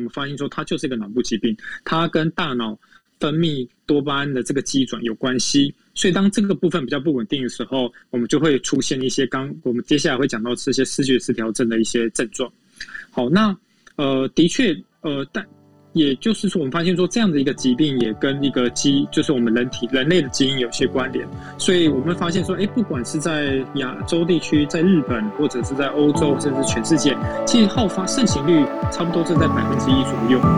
们发现说它就是一个脑部疾病，它跟大脑分泌多巴胺的这个机转有关系。所以当这个部分比较不稳定的时候，我们就会出现一些我们接下来会讲到这些思觉失调症的一些症状。好，那的确但也就是说，我们发现说这样的一个疾病也跟一个就是我们人类的基因有些关联，所以我们发现说，不管是在亚洲地区、在日本，或者是在欧洲，甚至全世界，其实盛行率差不多是在1%左右。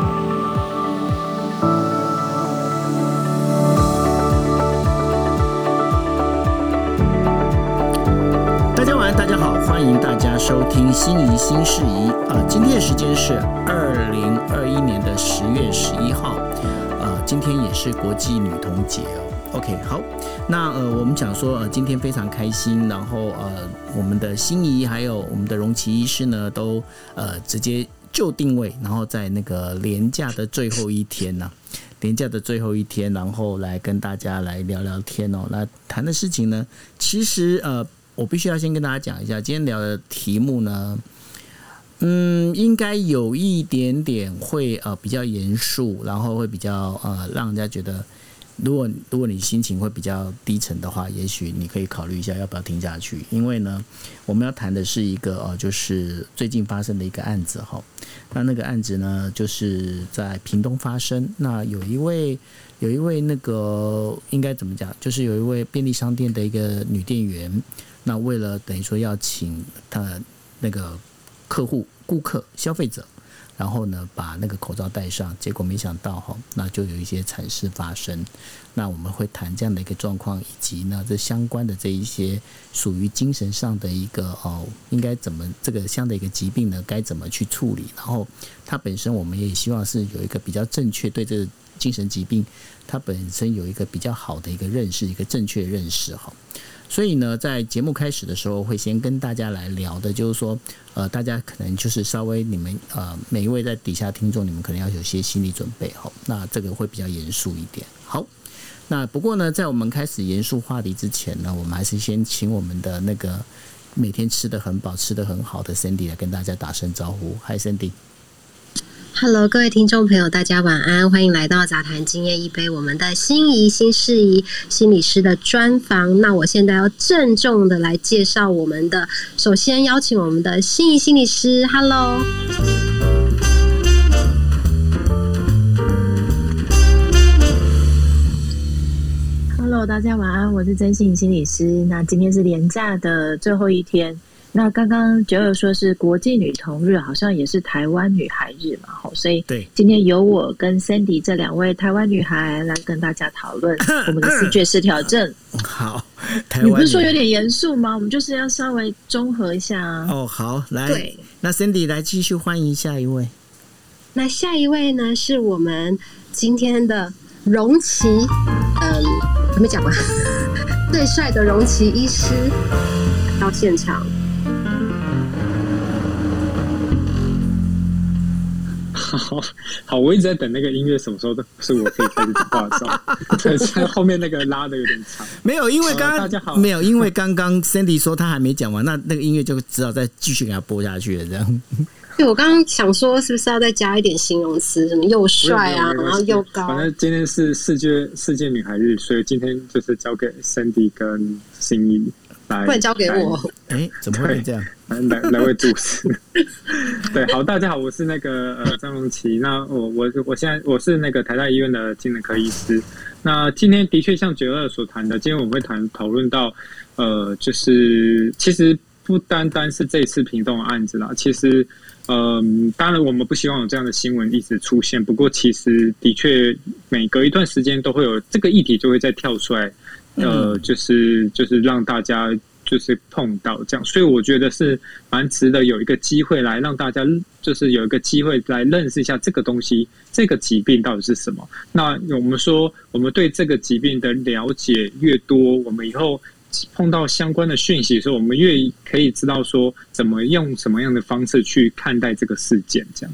大家好，欢迎大家收听心仪新事宜。今天的时间是2021年的10月11号，今天也是国际女童节哦。OK， 好，那我们讲说今天非常开心，然后我们的心仪还有我们的荣奇医师呢，都直接就定位，然后在那个连假的最后一天呢、然后来跟大家来聊聊天哦。那谈的事情呢，其实我必须要先跟大家讲一下，今天聊的题目呢，应该有一点点会比较严肃，然后会比较让人家觉得，如果你心情会比较低沉的话，也许你可以考虑一下要不要听下去。因为呢，我们要谈的是一个就是最近发生的一个案子哈。那个案子呢，就是在屏东发生。那有一位那个应该怎么讲，就是有一位便利商店的一个女店员。那为了等于说要请他那个顾客消费者，然后呢把那个口罩戴上，结果没想到那就有一些惨事发生。那我们会谈这样的一个状况，以及呢这相关的这一些属于精神上的一个应该怎么这个这样的一个疾病呢该怎么去处理，然后它本身我们也希望是有一个比较正确对这个精神疾病它本身有一个比较好的一个认识，一个正确的认识哈。所以呢，在节目开始的时候，会先跟大家来聊的，就是说，大家可能就是稍微你们每一位在底下听众，你们可能要有些心理准备哈。那这个会比较严肃一点。好，那不过呢，在我们开始严肃话题之前呢，我们还是先请我们的那个每天吃得很饱、吃得很好的 Sandy 来跟大家打声招呼。Hi Sandy。Hello， 各位听众朋友，大家晚安，欢迎来到杂谈今夜一杯，我们的心仪新事宜心理师的专访。那我现在要郑重的来介绍我们的，首先邀请我们的心仪心理师 ，Hello， 大家晚安，我是真心心理师。那今天是连假的最后一天。那刚刚九友说是国际女童日，好像也是台湾女孩日嘛，所以今天由我跟 Sandy 这两位台湾女孩来跟大家讨论我们的思觉失调症。 好， 你不是说有点严肃吗？我们就是要稍微综合一下啊。 好，来，对，那 Sandy 来继续欢迎下一位。 那下一位呢，是我们今天的荣奇，还没讲完，最帅的荣奇医师到现场。 好，我一直在等那个音乐什么时候是我可以开始讲话的时候，后面那个拉的有点长。 没有，因为刚刚 Sandy 说他还没讲完，那个音乐就只好再继续给他播下去了，这样。 对，我刚刚想说，是不是要再加一点形容词，什么又帅啊，然后又高。 反正今天是世界女孩日，所以今天就是交给 Sandy 跟心仪来， 不能交给我。 怎么会这样？ 来为主持。对，好，大家好，我是那个张荣奇。那我现在是那个台大医院的精神科医师。那今天的确像92所谈的，今天我们会讨论到就是其实不单单是这次屏东的案子啦，其实当然我们不希望有这样的新闻一直出现，不过其实的确每隔一段时间都会有这个议题就会再跳出来，就是让大家就是碰到这样，所以我觉得是蛮值得有一个机会来让大家就是有一个机会来认识一下这个东西，这个疾病到底是什么。那我们说我们对这个疾病的了解越多，我们以后碰到相关的讯息的时候，我们越可以知道说怎么用什么样的方式去看待这个事件，这样子。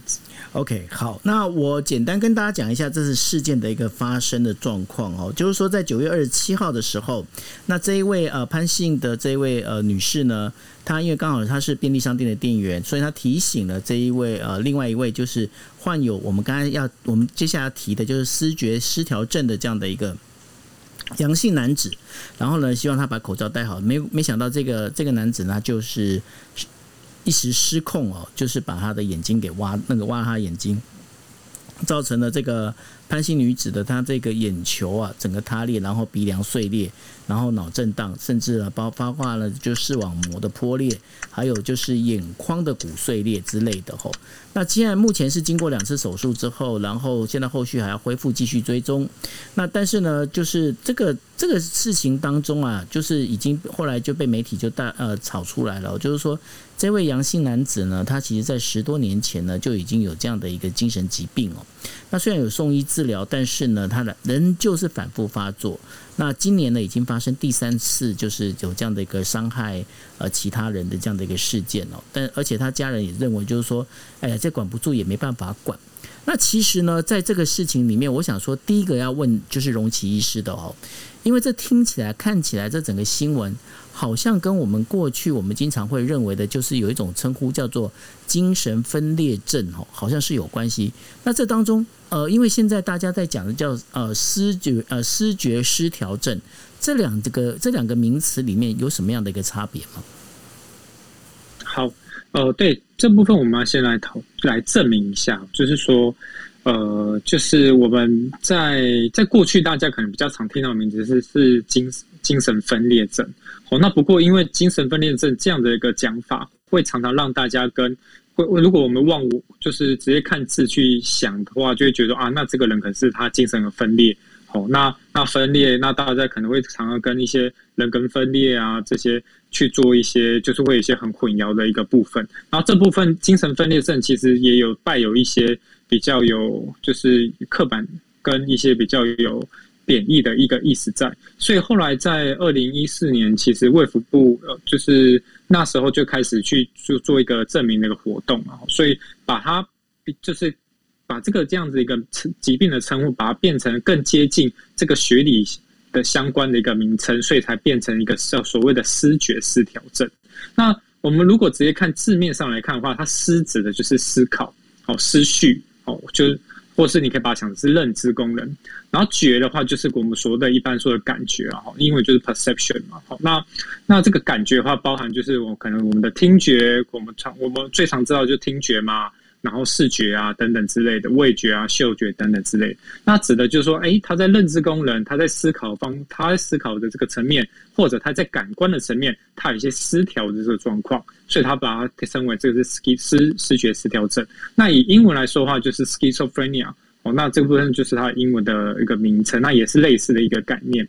OK， 好，那我简单跟大家讲一下这次事件的一个发生的状况哦，就是说在9月27号的时候，那这一位潘姓的这一位女士呢，她因为刚好她是便利商店的店员，所以她提醒了这一位另外一位就是患有我们接下来要提的就是思觉失调症的这样的一个阳性男子，然后呢，希望他把口罩戴好，没想到这个男子呢，就是一时失控哦，就是把他的眼睛给挖他眼睛，造成了这个潘姓女子的她这个眼球啊整个塌裂，然后鼻梁碎裂，然后脑震荡，甚至包括了就视网膜的破裂，还有就是眼眶的骨碎裂之类的吼。那既然目前是经过2次手术之后，然后现在后续还要恢复继续追踪。那但是呢，就是这个事情当中啊，就是已经后来就被媒体就炒出来了，就是说这位阳性男子呢，他其实在10多年前呢就已经有这样的一个精神疾病哦。那虽然有送医治疗，但是呢，他人就是反复发作。那今年呢，已经发生第3次，就是有这样的一个伤害其他人的这样的一个事件哦。而且他家人也认为，就是说，哎呀，这管不住也没办法管。那其实呢，在这个事情里面，我想说，第一个要问就是荣奇医师的哦，因为这听起来、看起来，这整个新闻好像跟我们过去我们经常会认为的，就是有一种称呼叫做精神分裂症哦，好像是有关系。那这当中，因为现在大家在讲的叫思觉失调症，这两个名词里面有什么样的一个差别吗？ 好，对这部分我们要先来证明一下，就是说，就是我们在过去大家可能比较常听到的名字是精神分裂症。那不过因为精神分裂症这样的一个讲法，会常常让大家如果我们就是直接看字去想的话，就会觉得那这个人可能是他精神的分裂。那分裂，那大家可能会常常跟一些人格分裂啊这些去做一些，就是会有一些很混淆的一个部分。然后这部分精神分裂症其实也带有一些比较有就是刻板跟一些比较有贬义的一个意思在，所以后来在2014年，其实卫福部就是那时候就开始去做一个证明的一个活动，所以把它就是把这样子一个疾病的称呼，把它变成更接近这个学理的相关的一个名称，所以才变成一个所谓的思觉失调症。那我们如果直接看字面上来看的话，它思指的就是思考、思绪，就是或是你可以把它想成是认知功能。然后觉的话，就是我们所谓的一般说的感觉啊，英文就是 perception 嘛。那这个感觉的话，包含就是可能我们的听觉，我们最常知道就是听觉嘛。然后视觉啊等等之类的，味觉啊、嗅觉等等之类的，那指的就是说，他在认知功能，他在思考的这个层面，或者他在感官的层面，他有一些失调的这个状况，所以他把它称为这个是思觉失调症。那以英文来说的话，就是 schizophrenia。那这部分就是它英文的一个名称，那也是类似的一个概念。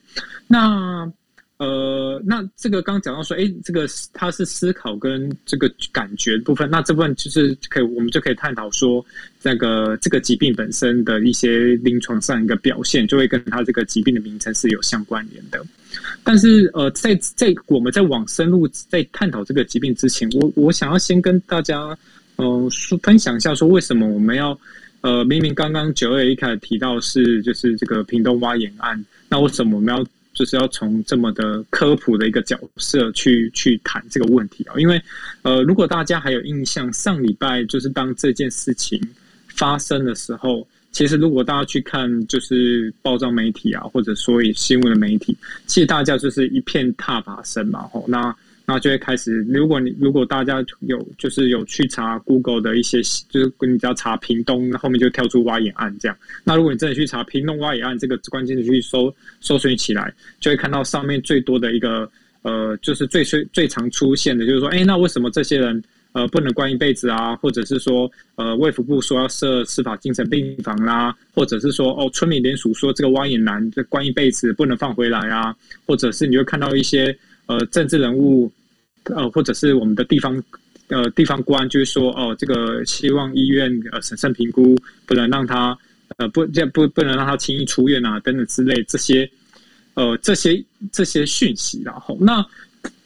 那这个刚讲到说，这个它是思考跟这个感觉的部分，那这部分就是我们就可以探讨说，这个疾病本身的一些临床上一个表现，就会跟它这个疾病的名称是有相关联的。但是在我们在往深入在探讨这个疾病之前，我想要先跟大家分享一下说，为什么我们要明明刚刚9月一开始提到就是这个屏东挖眼案，那为什么我们要从这么的科普的一个角色去谈这个问题啊？因为如果大家还有印象，上礼拜就是当这件事情发生的时候，其实如果大家去看就是报章媒体啊，或者说新闻的媒体，其实大家就是一片挞伐声嘛。那就会开始，如果大家有去查 Google 的一些，就是你只要查屏东，后面就跳出挖眼案这样。那如果你真的去查屏东挖眼案这个关键字去搜寻起来，就会看到上面最多的一个就是最常出现的就是说，那为什么这些人不能关一辈子啊？或者是说卫福部说要设司法精神病房啦，或者是说村民联署说这个挖眼男关一辈子不能放回来啊，或者是你会看到一些政治人物。或者是我们的地方官，就是说这个希望医院审慎评估，不能让他不能让他轻易出院啊，等等之类这些讯息。然后那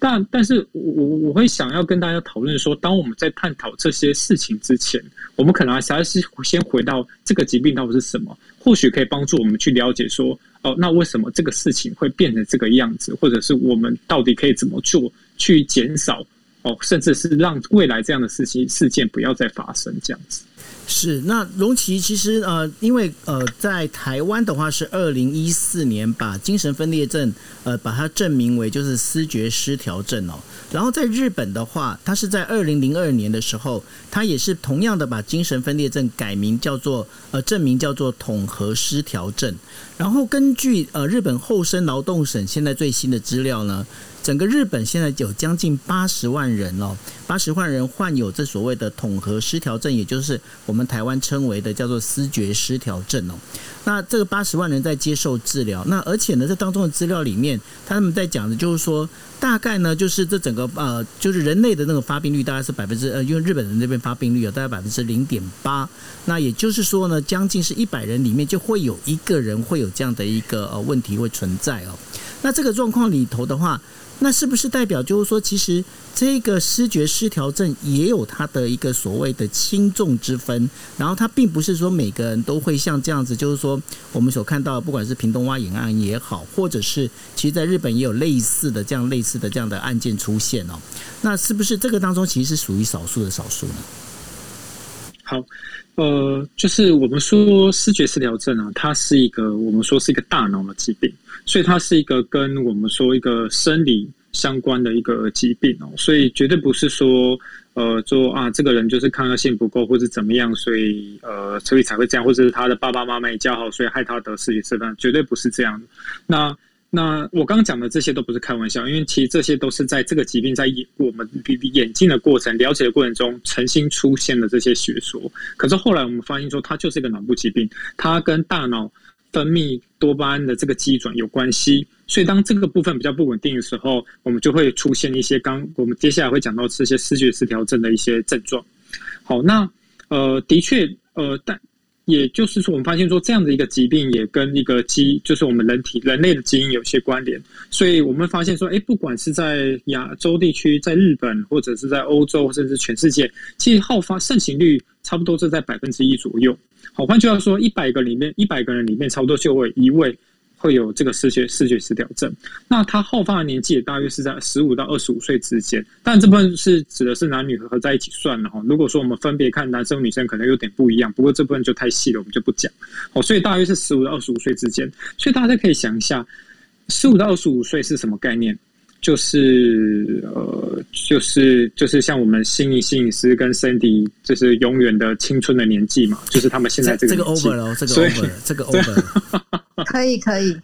但是我会想要跟大家讨论说，当我们在探讨这些事情之前，我们可能还是先回到这个疾病到底是什么，或许可以帮助我们去了解说，那为什么这个事情会变成这个样子，或者是我们到底可以怎么做去减少甚至是让未来这样的事件不要再发生这样子。 是，那荣琪其实因为在台湾的话是2014年把精神分裂症把它证明为就是思觉失调症然后在日本的话，它是在2002年的时候，它也是同样的把精神分裂症改名叫做证明叫做统合失调症。然后根据日本厚生劳动省现在最新的资料呢，整个日本现在有将近80万人80万人患有这所谓的统合失调症，也就是我们台湾称为的叫做思觉失调症那这个80万人在接受治疗，那而且呢，这当中的资料里面，他们在讲的就是说，大概呢就是这整个就是人类的那个发病率大概是因为日本人那边发病率大概0.8%，那也就是说呢，将近是100人里面就会有一个人会有这样的一个问题会存在那这个状况里头的话，那是不是代表就是说，其实这个思觉失调症也有它的一个所谓的轻重之分，然后它并不是说每个人都会像这样子，就是说我们所看到的，不管是屏东蛙沿岸也好，或者是其实在日本也有类似的这样的案件出现那是不是这个当中其实是属于少数的少数呢？ 好，就是我们说思觉失调症它是我们说是一个大脑的疾病，所以它是一个跟我们说一个生理相关的一个疾病所以绝对不是说这个人就是抗压性不够或者怎么样，所以才会这样，或者是他的爸爸妈妈也教好，所以害他得思觉失调症，绝对不是这样的。那我刚刚讲的这些都不是开玩笑，因为其实这些都是在这个疾病在我们演进的过程、了解的过程中曾经出现的这些学说。可是后来我们发现说，它就是一个脑部疾病，它跟大脑分泌多巴胺的这个机转有关系。所以当这个部分比较不稳定的时候，我们就会出现一些我们接下来会讲到这些思觉失调症的一些症状。好，那的确但也就是说，我们发现说这样的一个疾病也跟一个就是我们人类的基因有些关联，所以我们发现说，不管是在亚洲地区、在日本，或者是在欧洲，甚至全世界，其实盛行率差不多是在1%左右。好，换句话说，100个人里面，差不多就会1位会有这个思觉失调症。那它好发的年纪也大约是在15到25岁之间，但这部分是指的是男女合在一起算了如果说我们分别看男生女生可能有点不一样，不过这部分就太细了，我们就不讲。所以大约是15到25岁之间。所以大家可以想一下，15到25岁是什么概念？就是像我们心理师跟 Sandy 就是永远的青春的年纪嘛，就是他们现在这个年纪， 这个 over 可以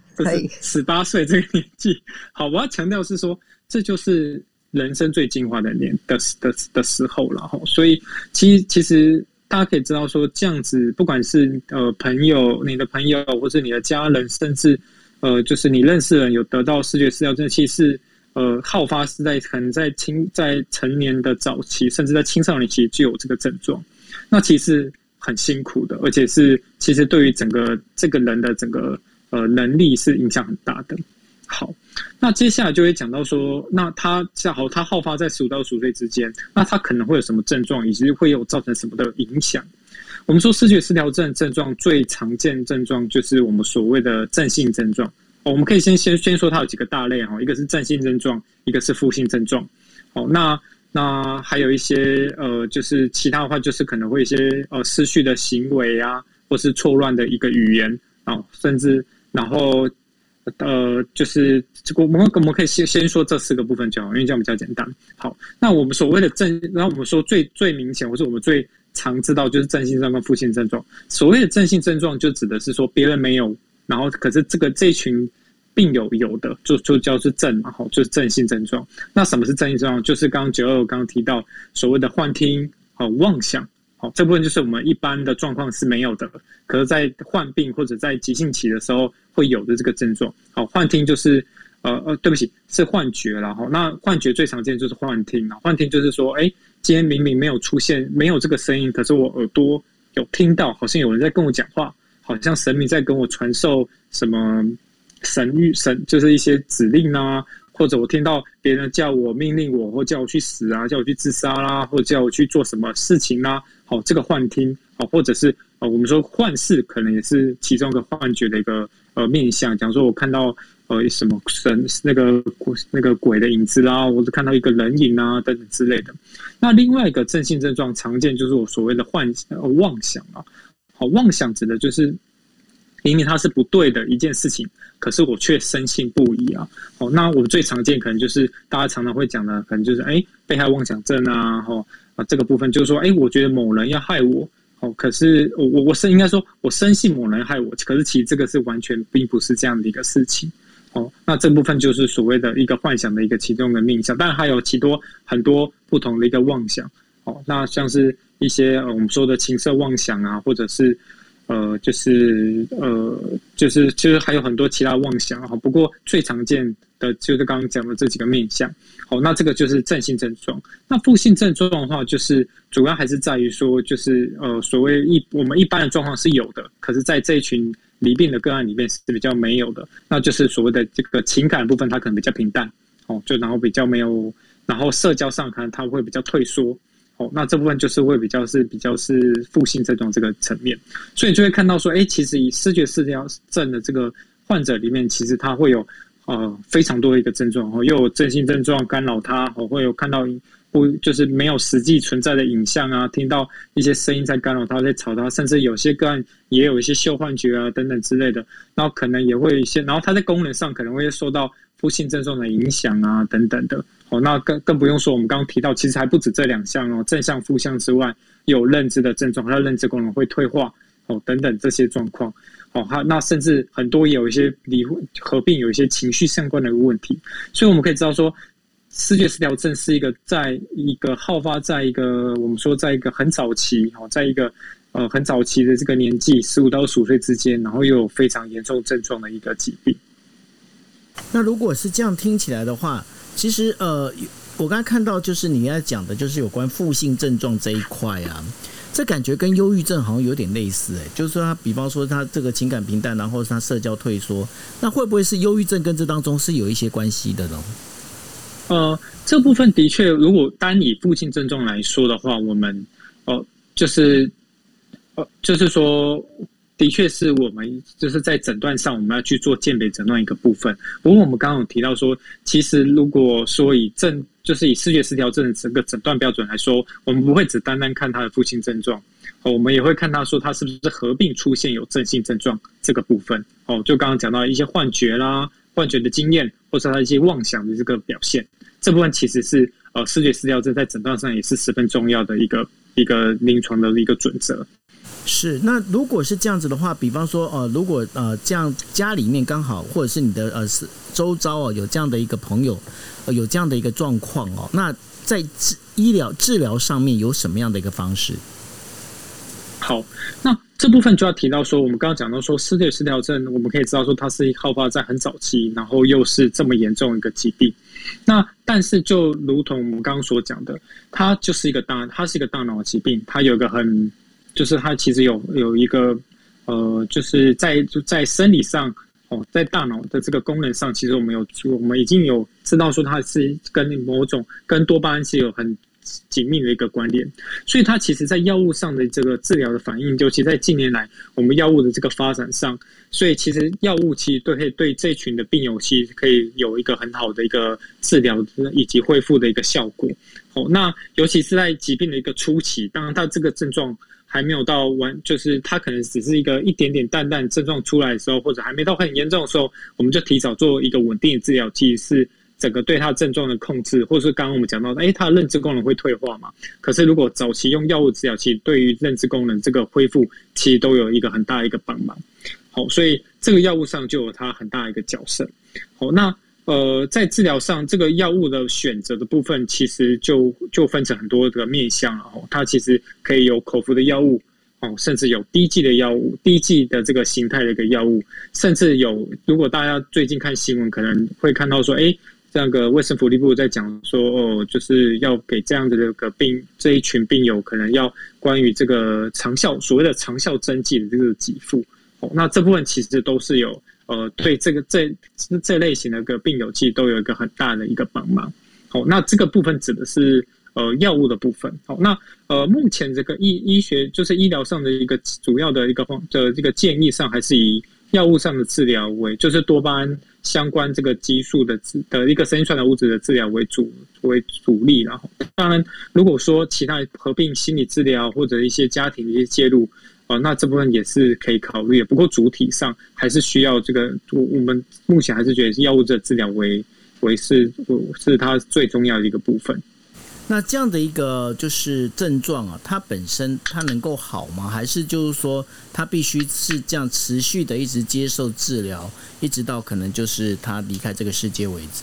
18岁这个年纪。好，我要强调是说，这就是人生最精华的的时候了。所以其实大家可以知道说，这样子不管是你的朋友或是你的家人，甚至就是你认识的人有得到思觉失调症，其实好发是可能在成年的早期，甚至在青少年期就有这个症状。那其实很辛苦的，而且是其实对于整个这个人的整个能力是影响很大的。好，那接下来就会讲到说，那他好发在15到25岁之间，那他可能会有什么症状，以及会有造成什么的影响？我们说思觉失调症症状最常见症状就是我们所谓的正性症状。我们可以先说它有几个大类一个是正性症状，一个是负性症状。那还有一些就是其他的话，就是可能会一些失序的行为啊，或是错乱的一个语言甚至然后就是我们可以先说这4个部分就好，因为这样比较简单。好，那我们所谓的然后我们说最明显，或是我们最常知道就是正性症状跟负性症状。所谓的正性症状，就指的是说别人没有，然后可是这一群病有的就叫做正嘛，就是正性症状。那什么是正性症状？就是刚刚92刚刚提到所谓的幻听、妄想，这部分就是我们一般的状况是没有的，可是在患病或者在急性期的时候会有的这个症状。幻听就是对不起，是幻觉啦。那幻觉最常见就是幻听，幻听就是说，今天明明没有这个声音，可是我耳朵有听到，好像有人在跟我讲话，好像神明在跟我传授什么神就是一些指令啊， 或者我听到别人叫我命令我，或叫我去死啊，叫我去自杀啦，或者叫我去做什么事情啦，好，这个幻听，好，或者是我们说幻视，可能也是其中一个幻觉的一个面向。讲说我看到什么神那个鬼的影子啦，或者看到一个人影啊等等之类的。那另外一个正性症状常见就是我所谓的妄想啊。好，妄想指的就是明明它是不对的一件事情，可是我却深信不疑啊。好，那我们最常见可能就是大家常常会讲的，可能就是被害妄想症啊，这个部分就是说，我觉得某人要害我，可是我应该说我深信某人害我，可是其实这个是完全并不是这样的一个事情。那这部分就是所谓的一个幻想的一个其中的面向，当然还有很多不同的一个妄想。那像是一些我们说的情色妄想啊，或者是就是还有很多其他妄想。不过最常见的就是刚刚讲的这几个面向。那这个就是正性症状。那负性症状的话，就是主要还是在于说，就是所谓我们一般的状况是有的，可是在这一群罹病的个案里面是比较没有的。那就是所谓的这个情感的部分，它可能比较平淡，然后比较没有，然后社交上可能它会比较退缩。那这部分就是会比较是负性症状这个层面，所以就会看到说，其实以思觉失调症的这个患者里面，其实他会有非常多的一个症状，又有正性症状干扰他，会有看到就是没有实际存在的影像啊，听到一些声音在干扰他，在吵他，甚至有些个案也有一些嗅幻觉啊等等之类的，然后可能也会有一些，然后他在功能上可能会受到负性症状的影响啊等等的。那更不用说我们刚刚提到，其实还不止这两项哦，正向负向之外，有认知的症状，他的认知功能会退化等等这些状况。那甚至很多也有一些合并有一些情绪相关的问题，所以我们可以知道说，思觉失调症是在一个好发在一个我们说在一个很早期，在一个很早期的这个年纪，15到25岁之间，然后又有非常严重症状的一个疾病。 那如果是这样听起来的话，其实我刚才看到就是你要讲的就是有关负性症状这一块啊，这感觉跟忧郁症好像有点类似就是说他比方说他这个情感平淡，然后他社交退缩，那会不会是忧郁症跟这当中是有一些关系的呢？ 这部分的确，如果单以负性症状来说的话，我们就是说。的确是我们就是在诊断上我们要去做鉴别诊断一个部分。不过我们刚刚有提到说，其实如果说就是以思觉失调症的整个诊断标准来说，我们不会只单单看他的负性症状，我们也会看他说他是不是合并出现有正性症状这个部分。就刚刚讲到一些幻觉啦、幻觉的经验，或者他一些妄想的这个表现，这部分其实是思觉失调症在诊断上也是十分重要的一个临床的一个准则。 是，那如果是这样子的话，比方说如果这样家里面刚好或者是你的周遭有这样的一个朋友有这样的一个状况那在治疗上面有什么样的一个方式？ 好，那这部分就要提到说，我们刚刚讲到说思觉失调症，我们可以知道说它是好发在很早期，然后又是这么严重一个疾病。那但是就如同我们刚刚所讲的，它是一个大脑疾病，它有一个就是它其实有一个就是在生理上在大脑的这个功能上，其实我们已经有知道说它是跟多巴胺是有很紧密的一个关联，所以它其实在药物上的这个治疗的反应，尤其在近年来我们药物的这个发展上，所以其实药物其实可以对这群的病友其实可以有一个很好的一个治疗以及恢复的一个效果。那尤其是在疾病的一个初期，当然它这个症状还没有到就是它可能只是一点点淡淡症状出来的时候，或者还没到很严重的时候，我们就提早做一个稳定的治疗，其实是整个对他症状的控制，或者是刚刚我们讲到的，他的认知功能会退化嘛？可是如果早期用药物治疗，其实对于认知功能这个恢复，其实都有一个很大的一个帮忙。好，所以这个药物上就有它很大的一个角色。好，那在治疗上，这个药物的选择的部分，其实就分成很多的面向了。它其实可以有口服的药物，甚至有滴剂的药物，滴剂的这个形态的一个药物，甚至有，如果大家最近看新闻，可能会看到说，这个卫生福利部在讲说，就是要给这样的这一群病友，可能要关于这个所谓的长效针剂的这个给付。那这部分其实都是有对这类型的一个病友其实都有一个很大的一个帮忙。好，那这个部分指的是药物的部分。好，那目前这个医学就是医疗上的一个主要的一个这个建议上，还是以药物上的治疗为，就是多巴胺相关这个激素的一个神经传导物质的治疗为主力。然后，当然如果说其他合并心理治疗或者一些家庭的一些介入，那这部分也是可以考虑的。不过主体上还是需要这个，我们目前还是觉得是药物的治疗为是它最重要的一个部分。 那这样的一个就是症状啊，它本身它能够好吗？还是就是说它必须是这样持续的一直接受治疗，一直到可能就是他离开这个世界为止？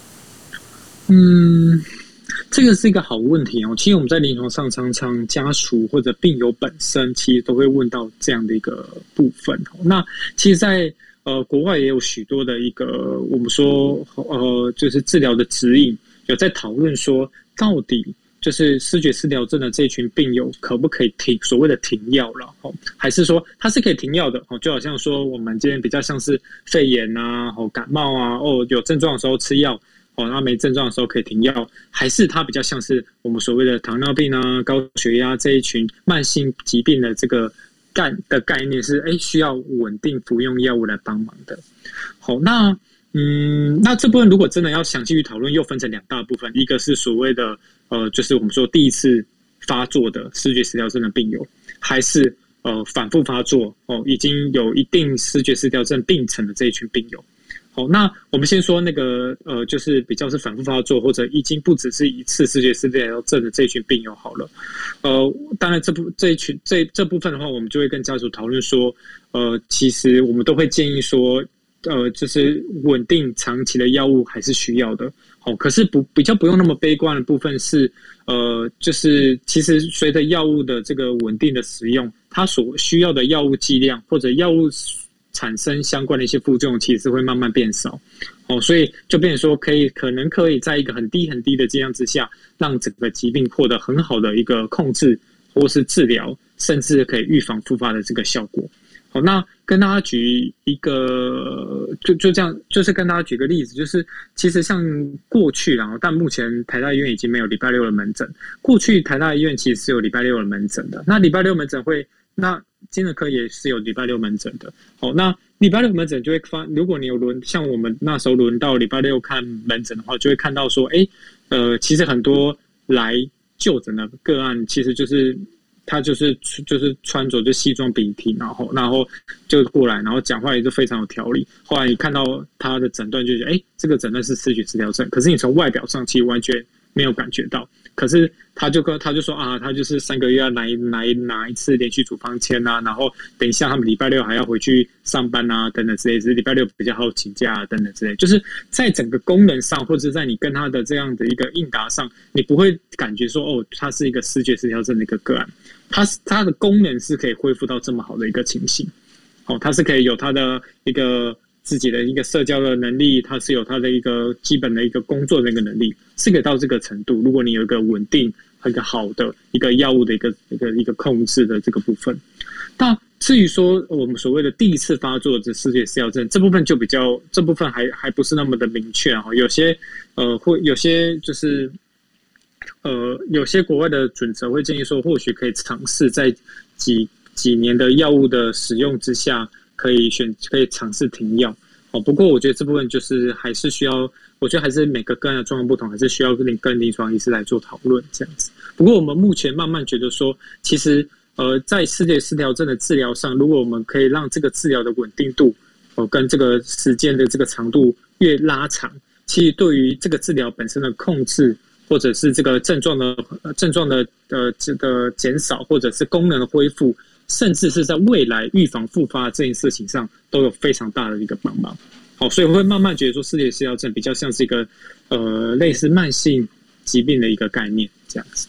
这个是一个好问题哦。其实我们在临床上常常家属或者病友本身其实都会问到这样的一个部分。那其实在国外也有许多的一个我们说就是治疗的指引，有在讨论说到底就是思觉失调症的这群病友可不可以所谓的停药了，还是说它是可以停药的，就好像说我们今天比较像是肺炎啊、感冒啊，有症状的时候吃药，那没症状的时候可以停药，还是它比较像是我们所谓的糖尿病啊、高血压这一群慢性疾病的这个概念是需要稳定服用药物来帮忙的。好，那这部分如果真的要详细去讨论，又分成两大部分，一个是所谓的就是我们说第一次发作的思觉失调症的病友，还是反复发作已经有一定思觉失调症病程的这一群病友。好，那我们先说那个就是比较是反复发作或者已经不只是一次思觉失调症的这一群病友好了。当然这部分的话，我们就会跟家属讨论说，其实我们都会建议说，就是稳定长期的药物还是需要的。好，可是比较不用那么悲观的部分是，就是其实随着药物的这个稳定的使用，它所需要的药物剂量或者药物产生相关的一些副作用其实会慢慢变少。所以就变成说可能可以在一个很低很低的剂量之下，让整个疾病获得很好的一个控制或是治疗，甚至可以预防复发的这个效果。好，那跟大家举一个就这样，就是跟大家举个例子，就是其实像过去啦，但目前台大医院已经没有礼拜六的门诊。过去台大医院其实是有礼拜六的门诊的，那礼拜六门诊那精神科也是有礼拜六门诊的。好，那礼拜六门诊就会如果你有像我们那时候轮到礼拜六看门诊的话，就会看到说，其实很多来就诊的个案，其实就是他就是穿着就西装笔挺，然后就过来，然后讲话也是非常有条理。后来你看到他的诊断，就觉得这个诊断是思觉失调症，可是你从外表上其实完全没有感觉到。可是他就说啊，他就是3个月要拿一次连续处方签啊，然后等一下他们礼拜六还要回去上班啊，等等之类，只是礼拜六比较好请假啊，等等之类。就是在整个功能上，或者在你跟他的这样的一个应答上，你不会感觉说他是一个思觉失调症的一个个案，他的功能是可以恢复到这么好的一个情形。他是可以有他的一个自己的一个社交的能力，他是有他的一个基本的一个工作的一个能力，是可以到这个程度。如果你有一个稳定、一个好的一个药物的一个控制的这个部分，那至于说我们所谓的第一次发作的思觉失调症这部分就这部分还不是那么的明确啊。有些有些就是有些国外的准则会建议说，或许可以尝试在几年的药物的使用之下，可以尝试停药。不过我觉得这部分就是还是需要，我觉得还是每个个案的状况不同，还是需要跟临床医师来做讨论这样子。不过我们目前慢慢觉得说，其实在思觉失调症的治疗上，如果我们可以让这个治疗的稳定度跟这个时间的这个长度越拉长，其实对于这个治疗本身的控制，或者是这个症状的这个减少，或者是功能的恢复，甚至是在未来预防复发这件事情上，都有非常大的一个帮忙。好，所以我会慢慢觉得说，思觉失调症比较像是一个类似慢性疾病的一个概念，这样子。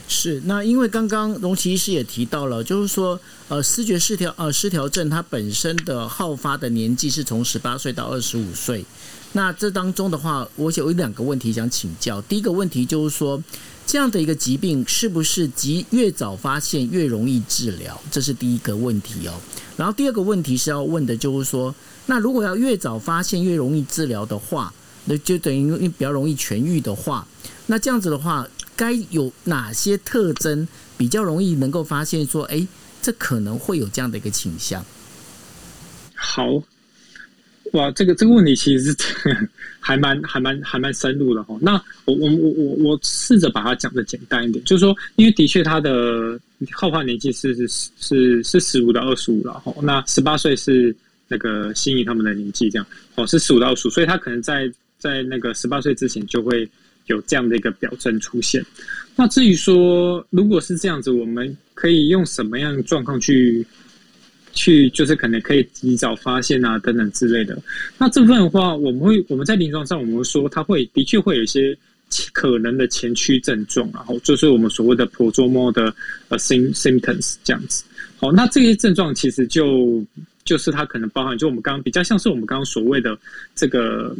是，那因为刚刚荣琪医师也提到了，就是说，思觉失调症它本身的好发的年纪是从18岁到25岁。那这当中的话，我有2个问题想请教。第一个问题就是说，这样的一个疾病是不是越早发现越容易治疗？这是第一个问题哦。然后第二个问题是要问的就是说，那如果要越早发现越容易治疗的话，那就等于比较容易痊愈的话，那这样子的话，该有哪些特征比较容易能够发现说，哎，这可能会有这样的一个倾向？ 好。哇，这个问题其实是还蛮深入的哈。那我试着把它讲的简单一点，就是说，因为的确它的好发年纪是15到25了哈。那18岁是那个心仪他们的年纪，这样哦是15到25，所以他可能在那个18岁之前就会有这样的一个表征出现。那至于说，如果是这样子，我们可以用什么样的状况去就是可能可以及早发现啊等等之类的。那这部分的话，我们在临床上我们会说，它的确会有一些可能的前驱症状，然后就是我们所谓的 prodromal 的symptoms 这样子。好，那这些症状其实就是它可能包含，就我们刚刚比较像是我们刚刚所谓的这个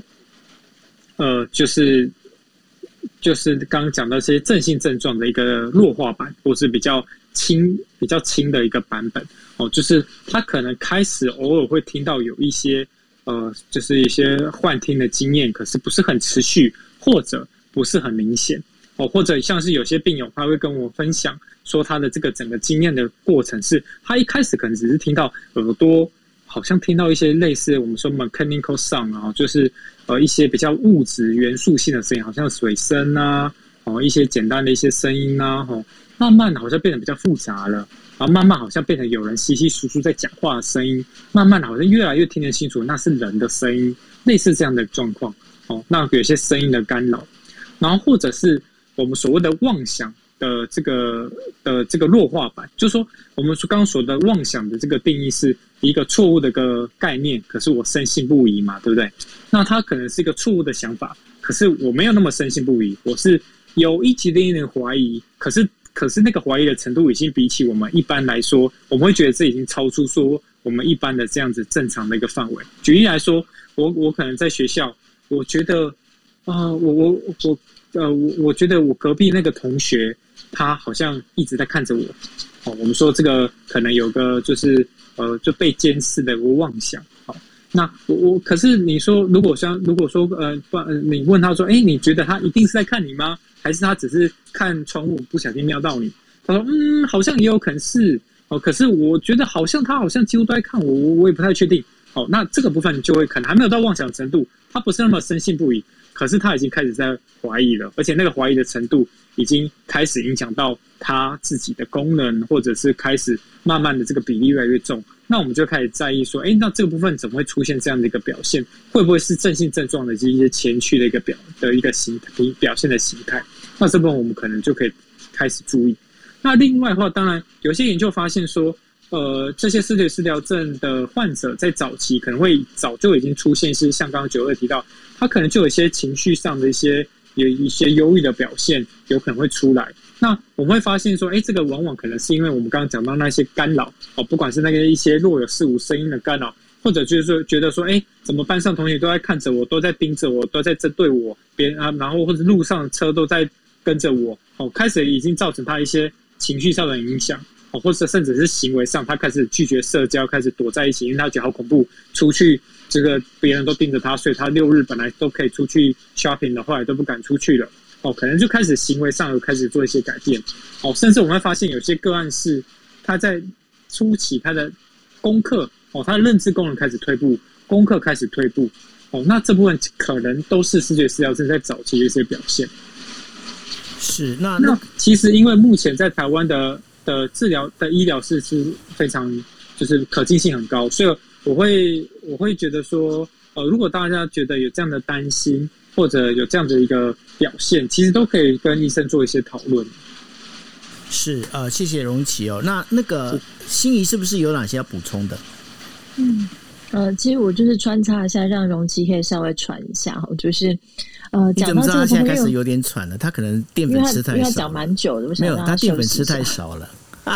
就是刚刚讲到这些正性症状的一个弱化版，或是比较轻的一个版本哦，就是他可能开始偶尔会听到有一些就是一些幻听的经验，可是不是很持续，或者不是很明显哦，或者像是有些病友他会跟我分享说，他的这个整个经验的过程是，他一开始可能只是听到耳朵好像听到一些类似我们说 mechanical sound 啊，就是一些比较物质元素性的声音，好像水声啊，一些简单的一些声音啊，慢慢好像变得比较复杂了，然后慢慢好像变成有人稀稀疏疏在讲话的声音，慢慢好像越来越听得清楚那是人的声音，类似这样的状况哦。那有些声音的干扰，然后或者是我们所谓的妄想的这个弱化版，就是说我们刚刚说的妄想的这个定义是一个错误的一个概念，可是我深信不疑嘛，对不对？那它可能是一个错误的想法，可是我没有那么深信不疑，我是有一点点怀疑，可是那个怀疑的程度已经比起我们一般来说，我们会觉得这已经超出说我们一般的这样子正常的一个范围。举例来说，我可能在学校，我觉得我觉得我隔壁那个同学他好像一直在看着我，我们说这个可能有个就是就被监视的一个妄想。好，那可是你说如果说你问他说，你觉得他一定是在看你吗？还是他只是看窗户不小心瞄到你？他说好像也有可能是可是我觉得他好像几乎都在看我，我也不太确定。好，那这个部分就会可能还没有到妄想程度，他不是那么深信不疑，可是他已经开始在怀疑了，而且那个怀疑的程度已经开始影响到他自己的功能，或者是开始慢慢的这个比例越来越重。那我们就开始在意说，那这个部分怎么会出现这样的一个表现？会不会是正性症状的一些前驱的一个表现的形态？那这部分我们可能就可以开始注意。那另外的话，当然有些研究发现说，这些思觉失调症的患者在早期可能会早就已经出现，是像刚刚92提到，他可能就有一些情绪上的有一些忧郁的表现，有可能会出来。那我们会发现说，这个往往可能是因为我们刚刚讲到那些干扰不管是那个一些若有似无声音的干扰，或者就是说觉得说，怎么班上同学都在看着我，都在盯着我，都在针对我，别人然后或者路上的车都在跟着我，开始已经造成他一些情绪上的影响，或者甚至是行为上，他开始拒绝社交，开始躲在一起，因为他觉得好恐怖，出去这个别人都盯着他，所以他6日本来都可以出去 shopping 的，后来都不敢出去了。可能就开始行为上有开始做一些改变。甚至我们会发现有些个案是他在初期他的功课他的认知功能开始退步，功课开始退步那这部分可能都是思觉失调症在早期的一些表现。 是那其实因为目前在台湾的治疗的医疗是非常就是可进性很高，所以我会觉得说如果大家觉得有这样的担心，或者有这样的一个表现，其实都可以跟医生做一些讨论。 是谢谢荣琪那个心怡是不是有哪些要补充的？ 其实我就是穿插一下，让荣琪可以稍微喘一下，就是你怎么知道他现在开始有点喘了？他可能淀粉吃太少了， 因为他讲蛮久的， 没有，他淀粉吃太少了。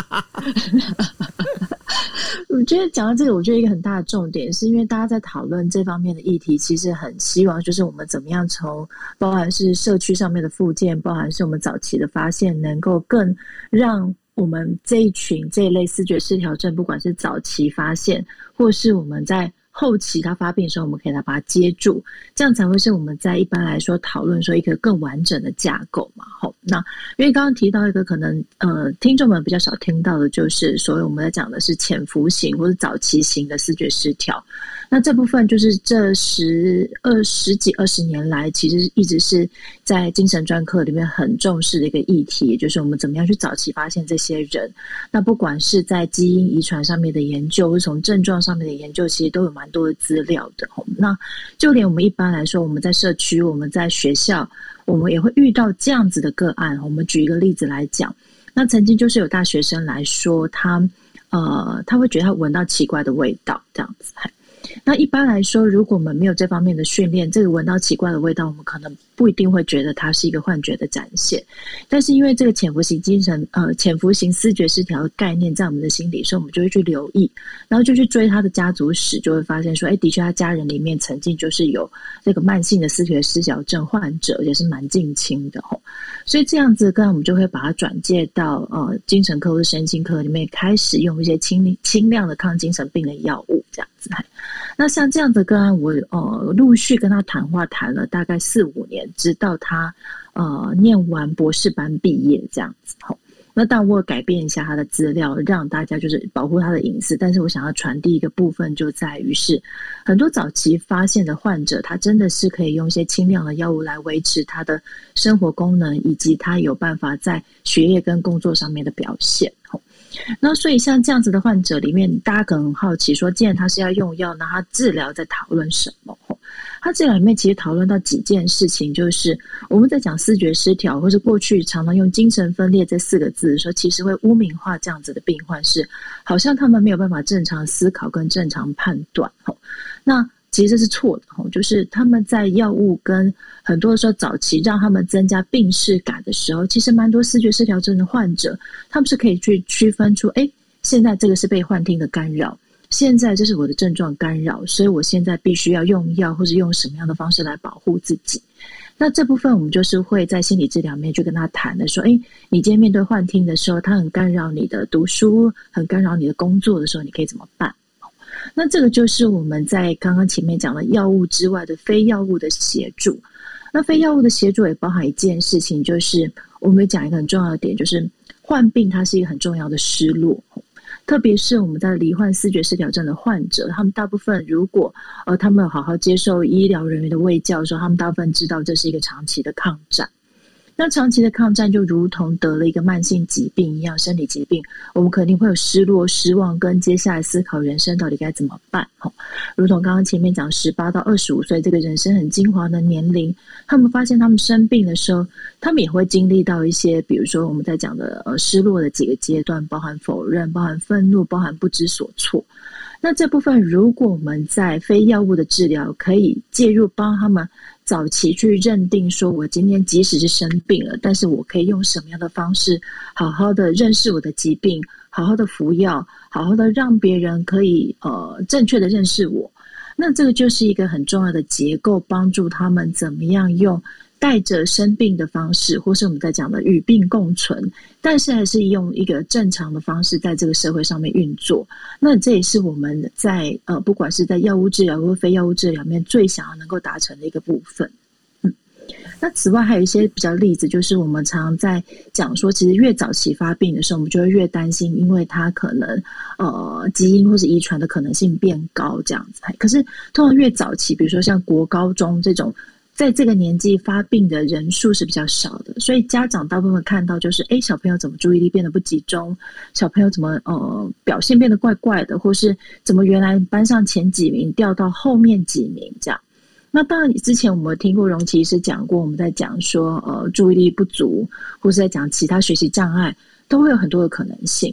我觉得讲到这个，我觉得一个很大的重点是因为大家在讨论这方面的议题，其实很希望就是我们怎么样从包含是社区上面的复健，包含是我们早期的发现，能够更让我们这一类思觉失调症，不管是早期发现，或是我们在后期它发病的时候，我们可以来把它接住，这样才会是我们在一般来说讨论说一个更完整的架构嘛。那因为刚刚提到一个可能听众们比较少听到的，就是所谓我们在讲的是潜伏型或者早期型的思觉失调。那这部分就是这十几20年来，其实一直是在精神专科里面很重视的一个议题，也就是我们怎么样去早期发现这些人。那不管是在基因遗传上面的研究，或是从症状上面的研究，其实都有蛮多的资料的。那就连我们一般来说，我们在社区，我们在学校，我们也会遇到这样子的个案。我们举一个例子来讲，那曾经就是有大学生来说，他会觉得他闻到奇怪的味道，这样子。那一般来说，如果我们没有这方面的训练，这个闻到奇怪的味道，我们可能不一定会觉得它是一个幻觉的展现。但是因为这个潜伏型思觉失调的概念在我们的心理，所以我们就会去留意，然后就去追他的家族史，就会发现说，的确他家人里面曾经就是有这个慢性的思觉失调症患者，也是蛮近亲的。所以这样子，刚才我们就会把它转介到精神科或身心科里面，开始用一些轻量的抗精神病的药物这样子。那像这样的个案，我陆续跟他谈话谈了大概4-5年，直到他念完博士班毕业这样子。那当然我改变一下他的资料，让大家就是保护他的隐私，但是我想要传递一个部分就在于是很多早期发现的患者，他真的是可以用一些轻量的药物来维持他的生活功能，以及他有办法在学业跟工作上面的表现。那所以像这样子的患者里面，大家可能很好奇说，既然他是要用药，那他治疗在讨论什么？他治疗里面其实讨论到几件事情，就是我们在讲思觉失调，或是过去常常用精神分裂这4个字的时候，其实会污名化这样子的病患，是好像他们没有办法正常思考跟正常判断。那其实这是错的，就是他们在药物跟很多的时候早期让他们增加病识感的时候，其实蛮多思觉失调症的患者，他们是可以去区分出，现在这个是被幻听的干扰，现在这是我的症状干扰，所以我现在必须要用药或是用什么样的方式来保护自己。那这部分我们就是会在心理治疗里面去跟他谈的，说你今天面对幻听的时候，它很干扰你的读书，很干扰你的工作的时候，你可以怎么办？那这个就是我们在刚刚前面讲的药物之外的非药物的协助。那非药物的协助也包含一件事情，就是我们讲一个很重要的点，就是患病它是一个很重要的失落，特别是我们在罹患思觉失调症的患者，他们大部分如果他们有好好接受医疗人员的卫教的时候，他们大部分知道这是一个长期的抗战。那长期的抗战就如同得了一个慢性疾病一样，生理疾病，我们肯定会有失落、失望，跟接下来思考人生到底该怎么办。如同刚刚前面讲18到25岁这个人生很精华的年龄，他们发现他们生病的时候，他们也会经历到一些，比如说我们在讲的失落的几个阶段，包含否认，包含愤怒，包含不知所措。那这部分如果我们在非药物的治疗可以介入，帮他们早期去认定说，我今天即使是生病了，但是我可以用什么样的方式好好的认识我的疾病，好好的服药，好好的让别人可以正确的认识我。那这个就是一个很重要的结构，帮助他们怎么样用带着生病的方式，或是我们在讲的与病共存，但是还是用一个正常的方式在这个社会上面运作。那这也是我们在不管是在药物治疗或非药物治疗里面最想要能够达成的一个部分。那此外还有一些比较例子，就是我们常常在讲说，其实越早期发病的时候，我们就会越担心，因为它可能基因或是遗传的可能性变高这样子。可是通常越早期，比如说像国高中这种在这个年纪发病的人数是比较少的，所以家长大部分看到就是小朋友怎么注意力变得不集中，小朋友怎么表现变得怪怪的，或是怎么原来班上前几名掉到后面几名这样。那当然之前我们听过荣琪医师讲过，我们在讲说注意力不足，或是在讲其他学习障碍，都会有很多的可能性。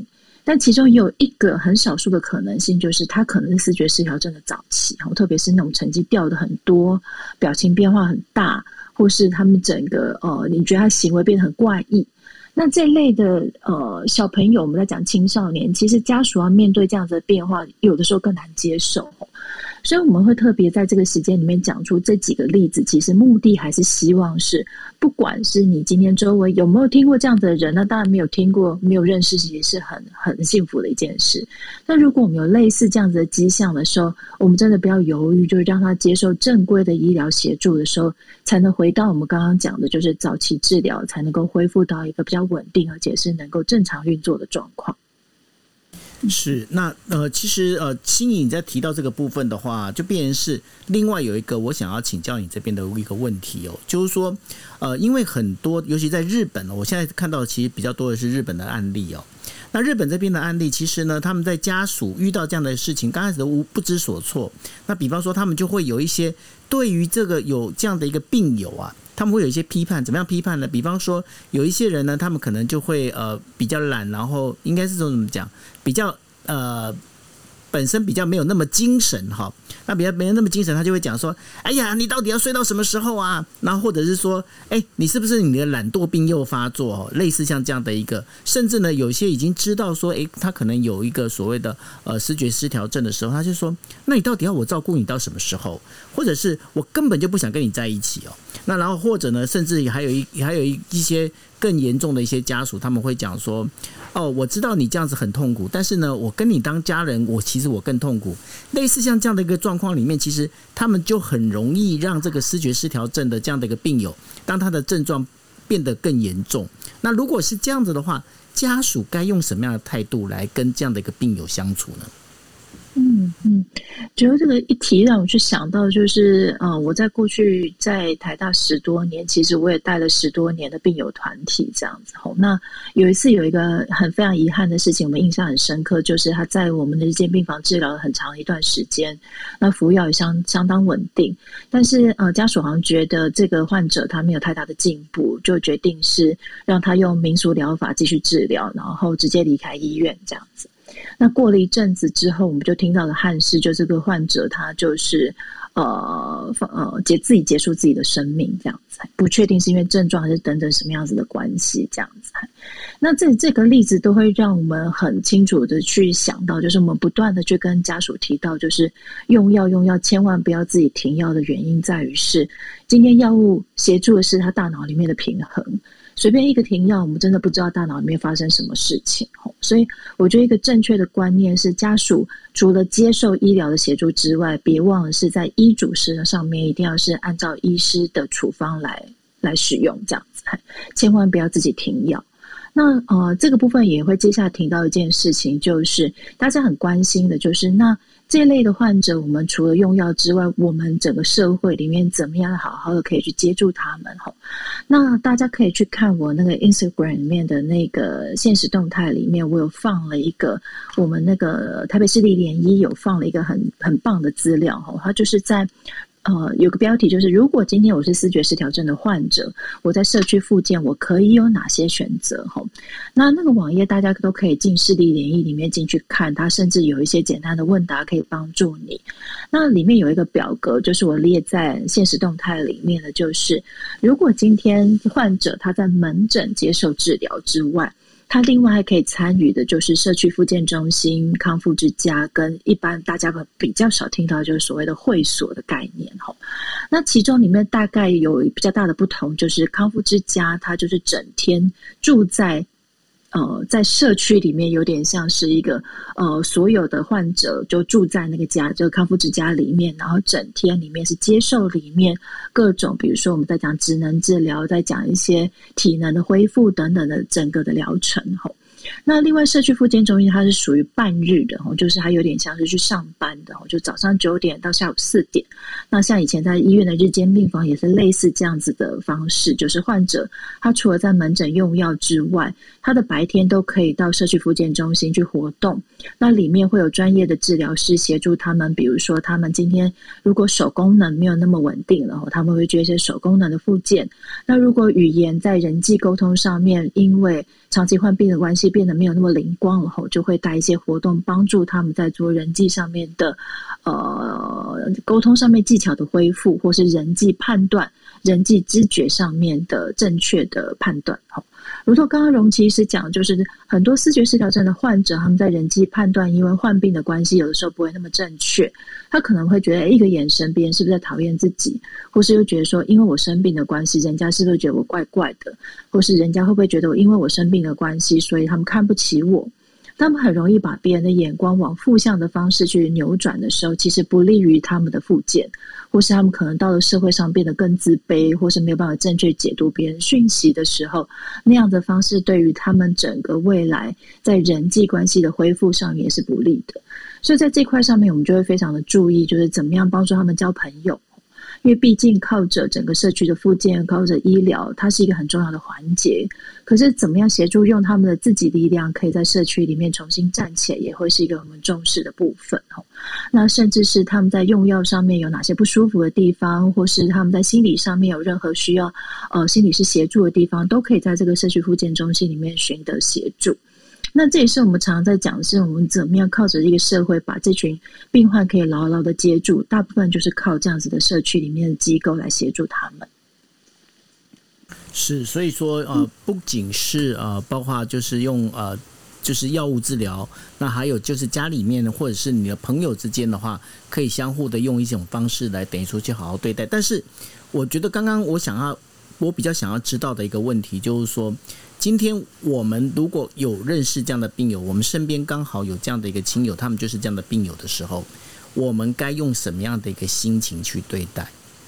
但其中也有一个很少数的可能性，就是他可能是思觉失调症的早期，特别是那种成绩掉的很多，表情变化很大，或是他们整个你觉得他行为变得很怪异。那这类的小朋友，我们在讲青少年，其实家属要面对这样子的变化，有的时候更难接受。所以我们会特别在这个时间里面讲出这几个例子，其实目的还是希望是，不管是你今天周围有没有听过这样的人，那当然没有听过没有认识其实是很幸福的一件事。但如果我们有类似这样子的迹象的时候，我们真的不要犹豫，就是让他接受正规的医疗协助的时候，才能回到我们刚刚讲的，就是早期治疗，才能够恢复到一个比较稳定而且是能够正常运作的状况。 是，那其实心怡你在提到这个部分的话，就变成是另外有一个我想要请教你这边的一个问题哦，就是说因为很多尤其在日本我现在看到其实比较多的是日本的案例哦。那日本这边的案例，其实呢，他们在家属遇到这样的事情，刚开始都不知所措。那比方说，他们就会有一些对于这个有这样的一个病友啊，他们会有一些批判。怎么样批判呢？比方说，有一些人呢，他们可能就会比较懒，然后应该是说怎么讲，比较本身比较没有那么精神哈，那比较没有那么精神，他就会讲说：“哎呀，你到底要睡到什么时候啊？”然后或者是说：“哎，你是不是你的懒惰病又发作？”类似像这样的一个，甚至呢，有些已经知道说，哎，他可能有一个所谓的思觉失调症的时候，他就说：“那你到底要我照顾你到什么时候？或者是我根本就不想跟你在一起哦。”那然后或者呢，甚至还有一些更严重的一些家属，他们会讲说：“哦，我知道你这样子很痛苦，但是呢，我跟你当家人，其实我更痛苦。”类似像这样的一个状况里面，其实他们就很容易让这个思觉失调症的这样的一个病友，当他的症状变得更严重。那如果是这样子的话，家属该用什么样的态度来跟这样的一个病友相处呢？ 觉得这个一提让我去想到，就是我在过去在台大10多年，其实我也带了10多年的病友团体这样子。那有一次有一个非常遗憾的事情，我们印象很深刻，就是他在我们的日间病房治疗了很长一段时间，那服药也相当稳定，但是家属好像觉得这个患者他没有太大的进步，就决定是让他用民俗疗法继续治疗，然后直接离开医院这样子。那过了一阵子之后，我们就听到了憾事，就这个患者他就是自己结束自己的生命这样子，不确定是因为症状还是等等什么样子的关系这样子。那这个例子都会让我们很清楚的去想到，就是我们不断的去跟家属提到，就是用药千万不要自己停药的原因在于是，今天药物协助的是他大脑里面的平衡，随便一个停药，我们真的不知道大脑里面发生什么事情。所以我觉得一个正确的观念是，家属除了接受医疗的协助之外，别忘了是在医嘱师上面一定要是按照医师的处方来使用这样子，千万不要自己停药。那这个部分也会接下来提到一件事情，就是大家很关心的，就是那这类的患者，我们除了用药之外，我们整个社会里面怎么样好好的可以去接住他们。那大家可以去看我那个 Instagram 里面的那个限时动态里面，我有放了一个我们那个台北市立联医有放了一个很棒的资料，它就是在有个标题，就是如果今天我是思觉失调症的患者，我在社区复健我可以有哪些选择。那个网页大家都可以进市立联医里面进去看，它甚至有一些简单的问答可以帮助你。那里面有一个表格，就是我列在限时动态里面的，就是如果今天患者他在门诊接受治疗之外，他另外还可以参与的就是社区复健中心、康复之家，跟一般大家比较少听到就是所谓的会所的概念。那其中里面大概有比较大的不同，就是康复之家它就是整天住在在社区里面，有点像是一个所有的患者就住在那个家，这个康复之家里面，然后整天里面是接受里面各种，比如说我们在讲职能治疗，在讲一些体能的恢复等等的整个的疗程。那另外社区复健中心它是属于半日的，就是它有点像是去上班的，就早上9点到下午4点。那像以前在医院的日间病房也是类似这样子的方式，就是患者他除了在门诊用药之外，他的白天都可以到社区复健中心去活动。那里面会有专业的治疗师协助他们，比如说他们今天如果手功能没有那么稳定了，他们会做一些手功能的复健。那如果语言在人际沟通上面因为长期患病的关系变得没有那么灵光了后，就会带一些活动帮助他们在做人际上面的沟通上面技巧的恢复，或是人际判断、人际知觉上面的正确的判断。如同刚刚荣琪医师讲，就是很多思觉失调症的患者，他们在人际判断因为患病的关系有的时候不会那么正确，他可能会觉得一个眼神别人是不是在讨厌自己，或是又觉得说因为我生病的关系人家是不是觉得我怪怪的，或是人家会不会觉得因为我生病的关系所以他们看不起我。他们很容易把别人的眼光往负向的方式去扭转的时候，其实不利于他们的复健，或是他们可能到了社会上变得更自卑，或是没有办法正确解读别人讯息的时候，那样的方式对于他们整个未来在人际关系的恢复上也是不利的。所以在这块上面我们就会非常的注意，就是怎么样帮助他们交朋友，因为毕竟靠着整个社区的复健，靠着医疗，它是一个很重要的环节。可是怎么样协助用他们的自己力量可以在社区里面重新站起来，也会是一个我们重视的部分。那甚至是他们在用药上面有哪些不舒服的地方，或是他们在心理上面有任何需要心理师协助的地方，都可以在这个社区复健中心里面寻得协助。那这也是我们常常在讲的是，我们怎么样靠着一个社会把这群病患可以牢牢的接住，大部分就是靠这样子的社区里面的机构来协助他们。 是，所以说不仅是包括就是用就是药物治疗，那还有就是家里面或者是你的朋友之间的话，可以相互的用一种方式来等于说去好好对待。但是我觉得刚刚我比较想要知道的一个问题就是说，今天我们如果有认识这样的病友，我们身边刚好有这样的一个亲友，他们就是这样的病友的时候，我们该用什么样的一个心情去对待？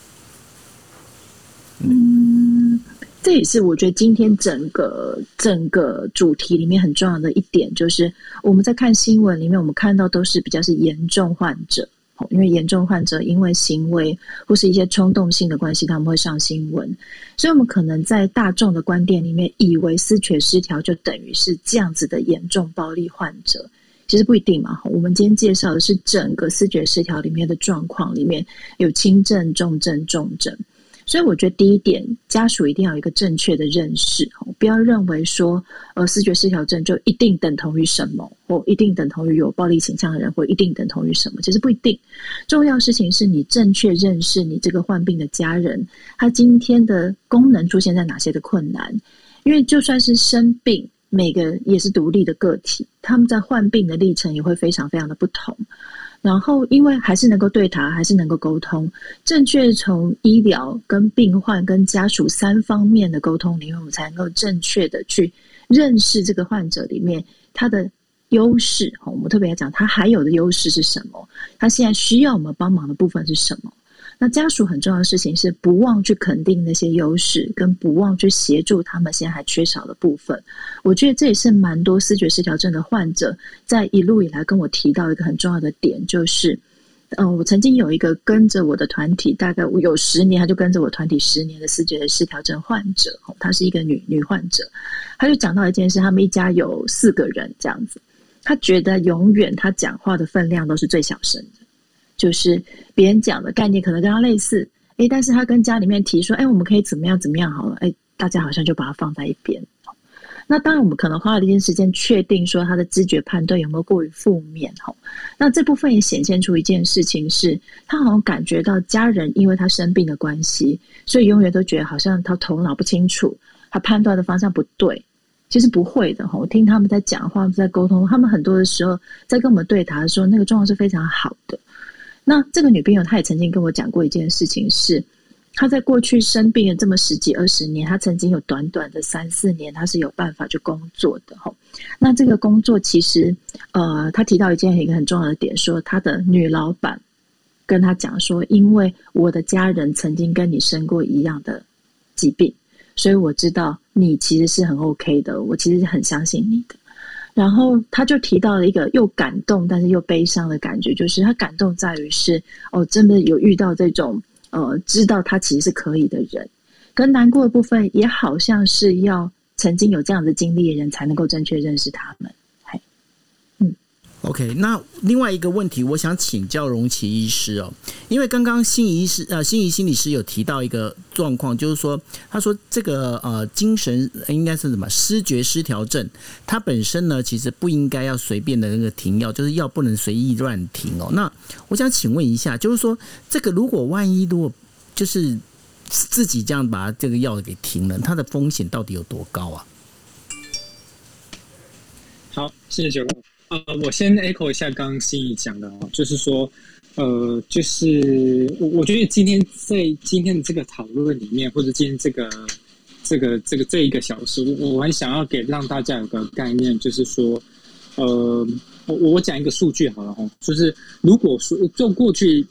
这也是我觉得今天整个主题里面很重要的一点，就是我们在看新闻里面，我们看到都是比较是严重患者，因为严重患者因为行为或是一些冲动性的关系，他们会上新闻，所以我们可能在大众的观点里面，以为思觉失调就等于是这样子的严重暴力患者，其实不一定嘛。我们今天介绍的是整个思觉失调里面的状况，里面有轻症、重症、重症。所以我觉得第一点，家属一定要有一个正确的认识，不要认为说思觉失调症就一定等同于什么，或一定等同于有暴力倾向的人，或一定等同于什么，其实不一定。重要事情是你正确认识你这个患病的家人，他今天的功能出现在哪些的困难。因为就算是生病，每个也是独立的个体，他们在患病的历程也会非常非常的不同。然后因为还是能够对谈，还是能够沟通，正确从医疗跟病患跟家属三方面的沟通里面，我们才能够正确的去认识这个患者里面他的优势。我们特别来讲他还有的优势是什么，他现在需要我们帮忙的部分是什么。那家属很重要的事情是不忘去肯定那些优势，跟不忘去协助他们现在还缺少的部分。我觉得这也是蛮多思觉失调症的患者在一路以来跟我提到一个很重要的点，就是我曾经有一个跟着我的团体大概有10年，他就跟着我团体10年的思觉失调症患者，她是一个女患者，她就讲到一件事，他们一家有4个人这样子，她觉得永远她讲话的分量都是最小声的，就是别人讲的概念可能跟他类似，但是他跟家里面提说我们可以怎么样怎么样好了，大家好像就把它放在一边。那当然我们可能花了一点时间确定说他的知觉判断有没有过于负面，那这部分也显现出一件事情是，他好像感觉到家人因为他生病的关系，所以永远都觉得好像他头脑不清楚，他判断的方向不对。其实不会的，我听他们在讲话，在沟通，他们很多的时候在跟我们对谈的时候，那个状况是非常好的。那这个女病友她也曾经跟我讲过一件事情，是她在过去生病了这么10几20年，她曾经有短短的3、4年她是有办法去工作的。那这个工作其实她提到一个很重要的点，说她的女老板跟她讲说，因为我的家人曾经跟你生过一样的疾病，所以我知道你其实是很 OK 的，我其实是很相信你的。然后他就提到了一个又感动但是又悲伤的感觉，就是他感动在于是真的有遇到这种知道他其实是可以的人，跟难过的部分也好像是要曾经有这样的经历的人才能够正确认识他们。 OK， 那另外一个问题，我想请教荣琪医师哦，因为刚刚心仪心理师有提到一个状况，就是说，他说这个精神应该是什么思觉失调症，它本身呢其实不应该要随便的那个停药，就是药不能随意乱停哦。那我想请问一下，就是说这个如果就是自己这样把这个药给停了，它的风险到底有多高啊？ 好，谢谢九龙。我先 echo 一下刚刚心怡讲的哦，就是说，就是我觉得今天的这个讨论里面，或者今天这一个小时，我很想要让大家有个概念，就是说，我讲一个数据好了哈，就是如果说就过去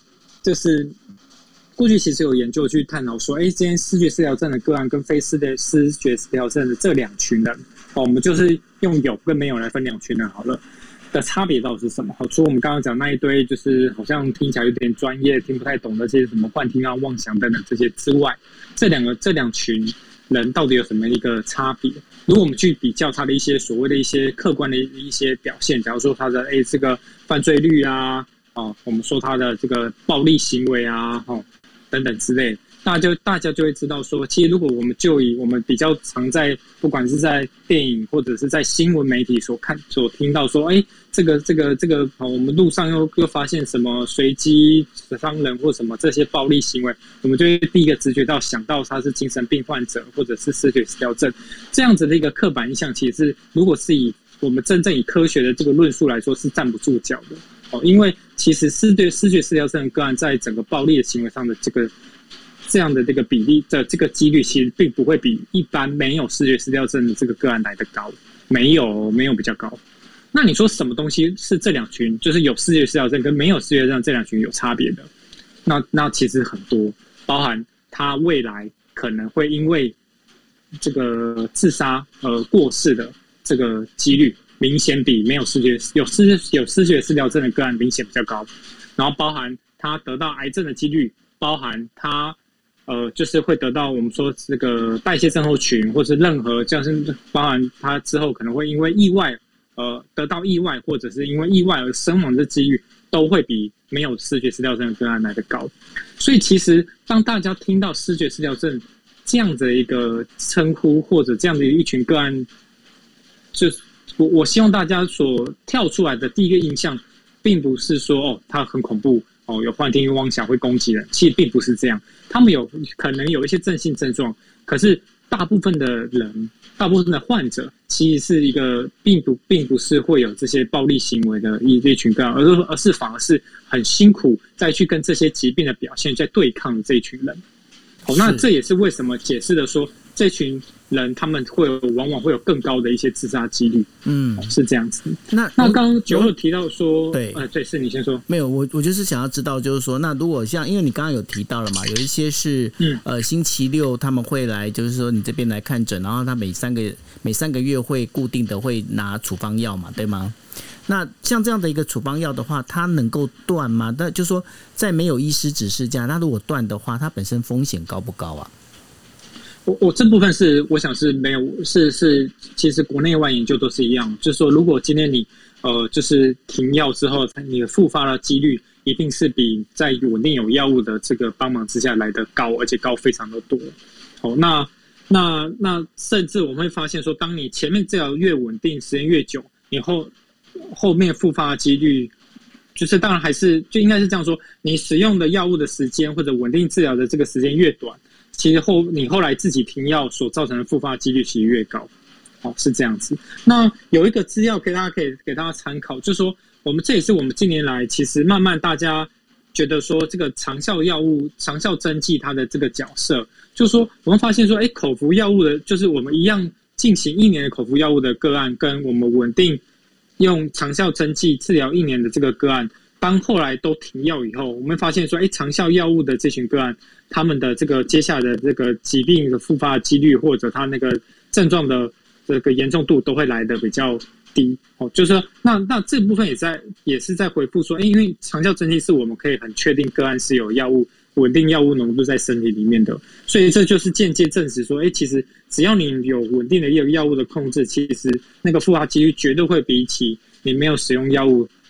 其实有研究去探讨说，今天思觉失调症的个案跟非思觉失调症的这两群人，我们就是用有跟没有来分两群人好了。的差别到底是什么？好，除了我们刚刚讲那一堆，就是好像听起来有点专业、听不太懂的这些什么幻听啊、妄想等等这些之外，这两群人到底有什么一个差别？如果我们去比较他的一些所谓的一些客观的一些表现，假如说他的这个犯罪率啊，我们说他的这个暴力行为啊，等等之类的。大家就会知道说，其实如果我们就以我们比较常在不管是在电影或者是在新闻媒体所听到说，这个我们路上又发现什么随机伤人或什么这些暴力行为，我们就会第一个直觉到想到他是精神病患者或者是思觉失调症这样子的一个刻板印象，其实是如果是以我们真正以科学的这个论述来说是站不住脚的因为其实思觉失调症的个案在整个暴力的行为上的这样的这个比例的这个几率，其实并不会比一般没有思觉失调症的这个个案来得高，没有比较高。那你说什么东西是这两群，就是有思觉失调症跟没有思觉症这两群有差别的？那其实很多，包含他未来可能会因为这个自杀而过世的这个几率，明显比没有有思觉失调症的个案明显比较高。然后包含他得到癌症的几率，包含他就是会得到我们说这个代谢症候群，或是任何像是包含他之后可能会因为意外得到意外，或者是因为意外而身亡的几率，都会比没有思觉失调症的个案来得高。所以其实当大家听到思觉失调症这样的一个称呼，或者这样的一群个案，就是我希望大家所跳出来的第一个印象，并不是说他很恐怖有幻听妄想会攻击人，其实并不是这样。他们可能有一些正性症状，可是大部分的患者其实是一个并不是会有这些暴力行为的一群个案，而是反而是很辛苦再去跟这些疾病的表现在对抗的这一群人。那这也是为什么解释的说这群人他们往往会有更高的一些自杀几率，是这样子。那刚刚九二提到说，对，是你先说。 没有，我就是想要知道，就是说，那如果像因为你刚刚有提到了嘛，有一些是星期六他们会来，就是说你这边来看诊，然后他每三个月会固定的会拿处方药嘛，对吗？那像这样的一个处方药的话，它能够断吗？那就是说，在没有医师指示下，它如果断的话，它本身风险高不高啊？ 我这部分我想是没有，其实国内外研究都是一样，就是说，如果今天你就是停药之后，你的复发的几率一定是比在稳定有药物的这个帮忙之下来得高，而且高非常的多。那甚至我们会发现说，当你前面治疗越稳定，时间越久，你后面复发的几率，就是当然就应该是这样说，你使用的药物的时间或者稳定治疗的这个时间越短，其实你后来自己停药所造成的复发几率其实越高，是这样子。那有一个资料可以给大家参考，就是说这也是我们近年来其实慢慢大家觉得说这个长效药物、长效针剂它的这个角色，就是说我们发现说，口服药物的，就是我们一样进行1年的口服药物的个案，跟我们稳定用长效针剂治疗1年的这个个案，当后来都停药以后，我们发现说，长效药物的这群个案，他们的这个接下来的这个疾病的复发的几率，或者他那个症状的这个严重度，都会来得比较低。就是说，那这部分也是在回复说，因为长效针剂是我们可以很确定个案是有稳定药物浓度在身体里面的，所以这就是间接证实说，其实只要你有稳定的药物的控制，其实那个复发几率绝对会比起你没有使用药物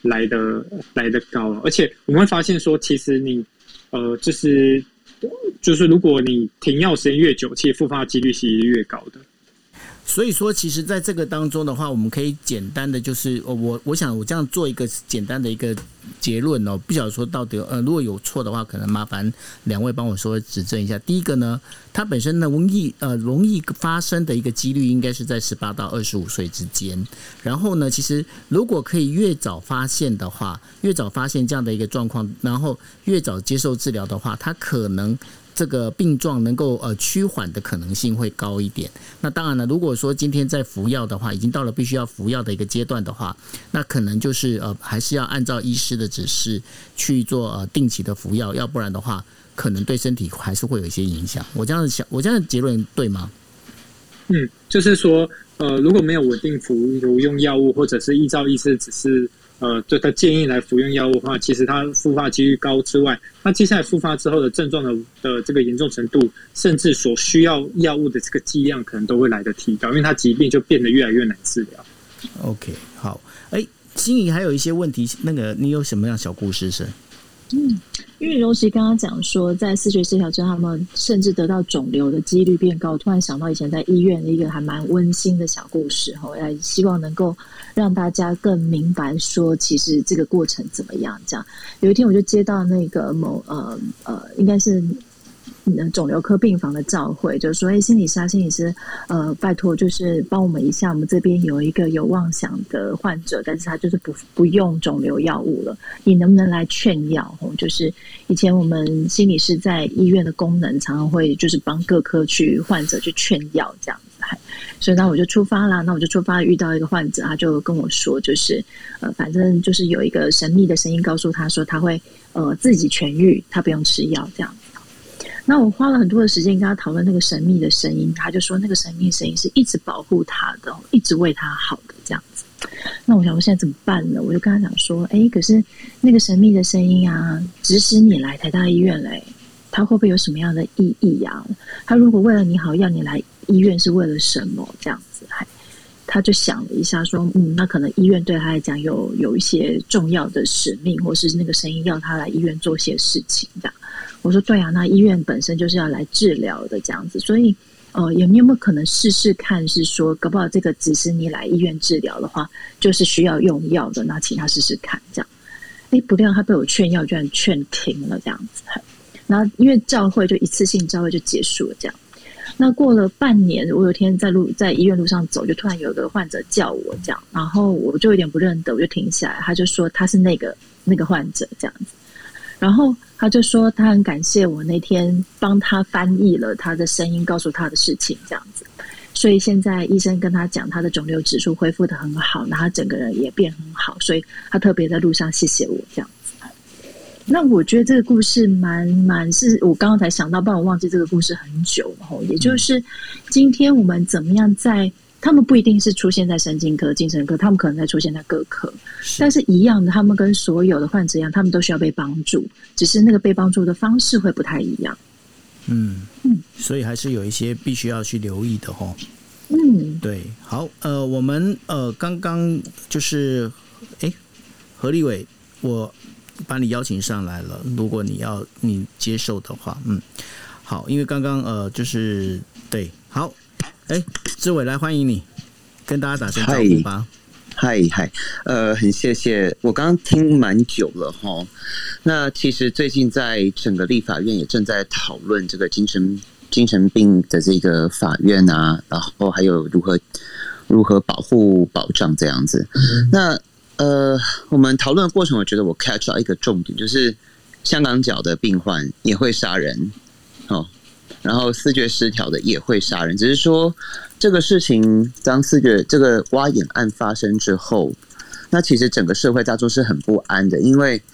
来得高，而且我们会发现说，其实你就是如果你停药时间越久，其实复发几率其实越高的。 所以说，其实在这个当中的话，我们可以简单的就是我想我这样做一个简单的一个结论哦，不晓得说到底如果有错的话，可能麻烦两位帮我说指正一下。第一个呢，它本身容易发生的一个几率应该是在18到25岁之间。然后呢，其实如果可以越早发现的话，越早发现这样的一个状况，然后越早接受治疗的话，它可能这个病状能够趋缓的可能性会高一点。那当然了，如果说今天在服药的话，已经到了必须要服药的一个阶段的话，那可能就是还是要按照医师的指示去做定期的服药，要不然的话，可能对身体还是会有一些影响。我这样想，我这样的结论对吗？ 就是说如果没有稳定服用药物，或者是依照医师指示就他建议来服用药物的话，其实它复发几率高之外，它接下来复发之后的症状的这个严重程度，甚至所需要药物的这个剂量，可能都会来得提高，因为它疾病就变得越来越难治疗。 OK， 好，心怡还有一些问题，那个你有什么样小故事是？ 因为柔琪刚刚讲说，在思觉失调症，他们甚至得到肿瘤的几率变高。突然想到以前在医院的一个还蛮温馨的小故事，来希望能够让大家更明白说，其实这个过程怎么样。这样有一天我就接到那个应该是肿瘤科病房的照会，就是说，心理师，拜托，就是帮我们一下，我们这边有一个有妄想的患者，但是他就是不用肿瘤药物了，你能不能来劝药？就是以前我们心理师在医院的功能，常常会就是帮各科去患者去劝药这样子，所以那我就出发啦。遇到一个患者，他就跟我说，就是反正就是有一个神秘的声音告诉他说，他会自己痊愈，他不用吃药这样子。那我花了很多的时间跟他讨论那个神秘的声音，他就说那个神秘的声音是一直保护他的，一直为他好的这样子。那我想我现在怎么办呢？我就跟他讲说，可是那个神秘的声音啊，指使你来台大医院嘞，他会不会有什么样的意义啊？他如果为了你好要你来医院是为了什么？这样子，他就想了一下说，那可能医院对他来讲有一些重要的使命，或是那个声音要他来医院做些事情这样。我说对啊，那医院本身就是要来治疗的这样子，所以有没有可能试试看，是说搞不好这个只是你来医院治疗的话，就是需要用药的，那请他试试看这样。不料他被我劝药居然劝停了这样子，然后因为教会就一次性教会就结束了这样。那过了半年，我有一天在医院路上走，就突然有个患者叫我这样，然后我就有点不认得，我就停下来，他就说他是那个患者这样子。然后他就说他很感谢我那天帮他翻译了他的声音，告诉他的事情这样子，所以现在医生跟他讲他的肿瘤指数恢复得很好，那他整个人也变很好，所以他特别在路上谢谢我这样子。那我觉得这个故事蛮是我刚刚才想到，不然我忘记这个故事很久了。也就是今天我们怎么样在他们不一定是出现在神经科、精神科，他们可能在出现在各科，但是一样的，他们跟所有的患者一样，他们都需要被帮助，只是那个被帮助的方式会不太一样。 所以还是有一些必须要去留意的齁。对，好，我们刚刚就是何立伟，我把你邀请上来了，如果你接受的话，好，因为刚刚就是对，好。志伟来欢迎你，跟大家打声招呼吧。 嗨，很谢谢。我刚刚听蛮久了齁。那其实最近在整个立法院也正在讨论这个精神病的这个法院啊，然后还有如何保障这样子。那我们讨论的过程，我觉得我 catch 到一个重点，就是香港脚的病患也会杀人然后思觉失调的也会杀人，只是说这个事情当思觉这个挖眼案发生之后，那其实整个社会大众是很不安的，因为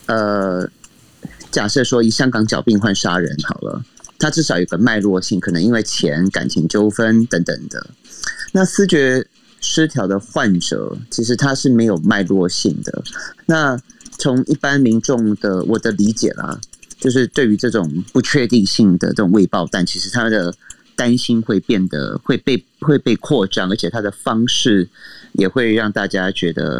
假设说以香港脚病患杀人好了，他至少有个脉络性，可能因为钱、感情纠纷等等的。那思觉失调的患者其实他是没有脉络性的。那从一般民众的我的理解啦，就是对于这种不确定性的这种未爆弹，其实他的担心会变得会被扩张，而且他的方式也会让大家觉得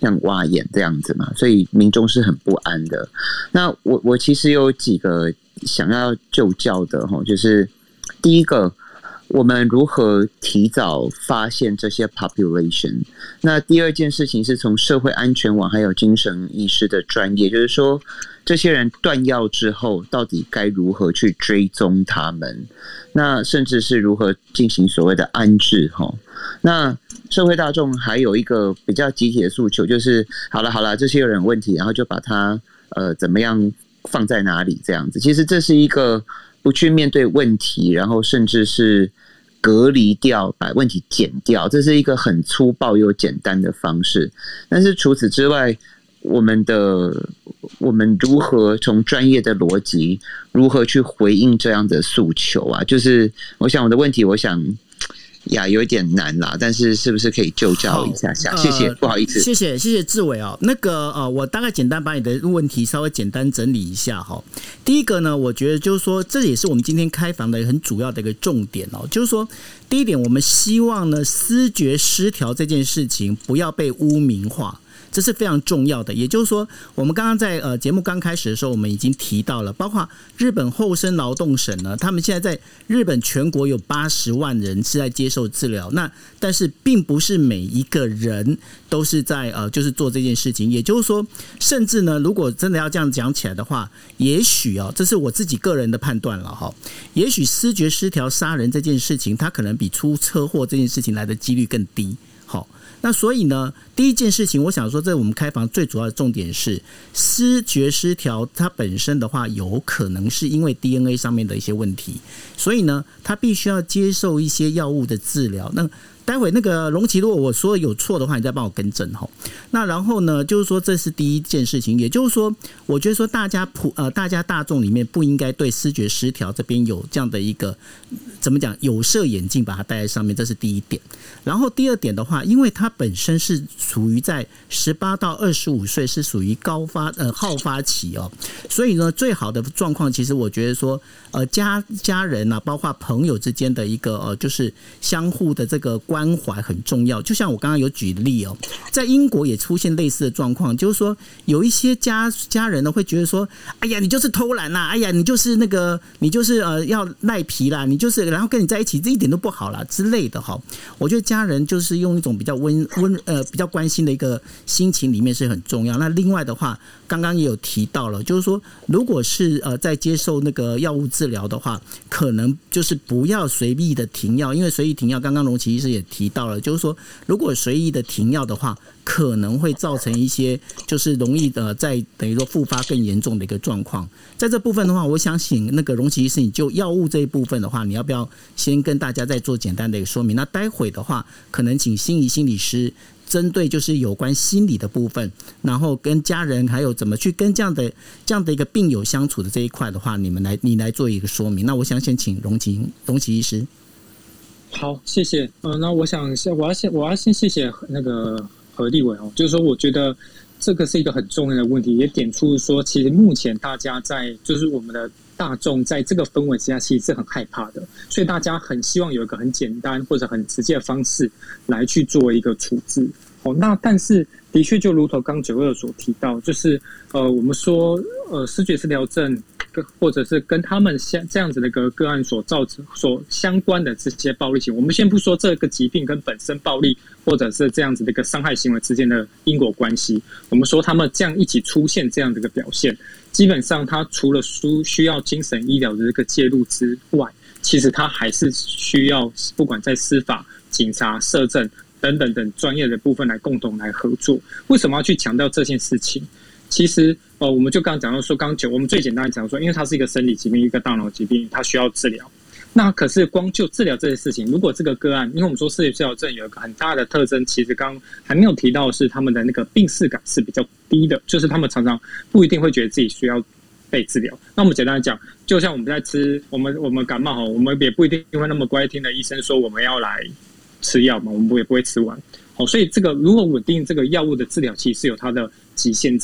像挖眼这样子嘛，所以民众是很不安的。那我其实有几个想要就教的就是第一个，我们如何提早发现这些 population。 那第二件事情是从社会安全网还有精神医师的专业，就是说这些人断药之后到底该如何去追踪他们，那甚至是如何进行所谓的安置。那社会大众还有一个比较集体的诉求，就是好了这些人有问题，然后就把他怎么样放在哪里这样子。其实这是一个不去面对问题，然后甚至是隔离掉，把问题减掉，这是一个很粗暴又简单的方式。但是除此之外，我们如何从专业的逻辑如何去回应这样的诉求啊？就是我想我的问题，我想有一点难啦，但是是不是可以就教一下下？谢谢，不好意思， 谢谢志伟哦。那个我大概简单把你的问题稍微简单整理一下哈。第一个呢，我觉得就是说，这也是我们今天开房的很主要的一个重点哦，就是说，第一点，我们希望呢，思觉失调这件事情不要被污名化。这是非常重要的，也就是说，我们刚刚在节目刚开始的时候，我们已经提到了，包括日本厚生劳动省呢，他们现在在日本全国有80万人是在接受治疗，那但是并不是每一个人都是在就是做这件事情，也就是说，甚至呢，如果真的要这样讲起来的话，也许这是我自己个人的判断了哈，也许思觉失调杀人这件事情，它可能比出车祸这件事情来的几率更低，好。那所以呢，第一件事情，我想说，这我们开房最主要的重点是思觉失调，它本身的话，有可能是因为 DNA 上面的一些问题，所以呢，它必须要接受一些药物的治疗。那待会那个龙奇，如果我说有错的话，你再帮我更正哈。那然后呢，就是说这是第一件事情，也就是说，我觉得说大家大众里面不应该对思觉失调这边有这样的一个怎么讲有色眼镜把它戴在上面，这是第一点。然后第二点的话，因为它本身是属于在18到25岁是属于好发期哦，所以呢，最好的状况其实我觉得说家人啊，包括朋友之间的一个就是相互的这个关怀很重要。就像我刚刚有举例哦，在英国也出现类似的状况，就是说有一些家人呢会觉得说，哎呀，你就是偷懒啦，哎呀，你就是要赖皮啦，你就是然后跟你在一起这一点都不好啦之类的哈。我觉得家人就是用一种比较比较关心的一个心情里面是很重要。那另外的话，刚刚也有提到了，就是说如果是在接受那个药物治疗的话，可能就是不要随意的停药，因为随意停药，刚刚龙奇医师也提到了，就是说如果随意的停药的话，可能会造成一些就是容易在等于说复发更严重的一个状况。在这部分的话，我想请那个龙奇医师，你就药物这一部分的话，你要不要先跟大家再做简单的一个说明？那待会的话，可能请心怡心理师针对就是有关心理的部分，然后跟家人还有怎么去跟这样的一个病友相处的这一块的话，你来做一个说明。那我想先请龙奇医师。 好，谢谢。那我要先谢谢那个何立伟哦，就是说我觉得这个是一个很重要的问题，也点出说其实目前大家就是我们的大众在这个氛围之下其实是很害怕的，所以大家很希望有一个很简单或者很直接的方式来去做一个处置。那但是的确就如同刚92所提到，就是我们说思觉失调症或者是跟他们这样子的一个个案所相关的这些暴力行为，我们先不说这个疾病跟本身暴力或者是这样子的一个伤害行为之间的因果关系，我们说他们这样一起出现这样的一个表现，基本上他除了需要精神医疗的这个介入之外，其实他还是需要不管在司法、警察、社政等等专业的部分来共同来合作。为什么要去强调这件事情？其实我们就刚刚讲到说，我们最简单的讲说，因为它是一个生理疾病，一个大脑疾病，它需要治疗。那可是光就治疗这件事情，如果这个个案，因为我们说思觉失调症有一个很大的特征，其实刚还没有提到的是他们的那个病识感是比较低的，就是他们常常不一定会觉得自己需要被治疗。那我们简单的讲，就像我们在吃我们感冒，我们也不一定会那么乖听的医生说我们要来吃药嘛，我们也不会吃完。所以这个如果稳定这个药物的治疗，其实是有它的极限在。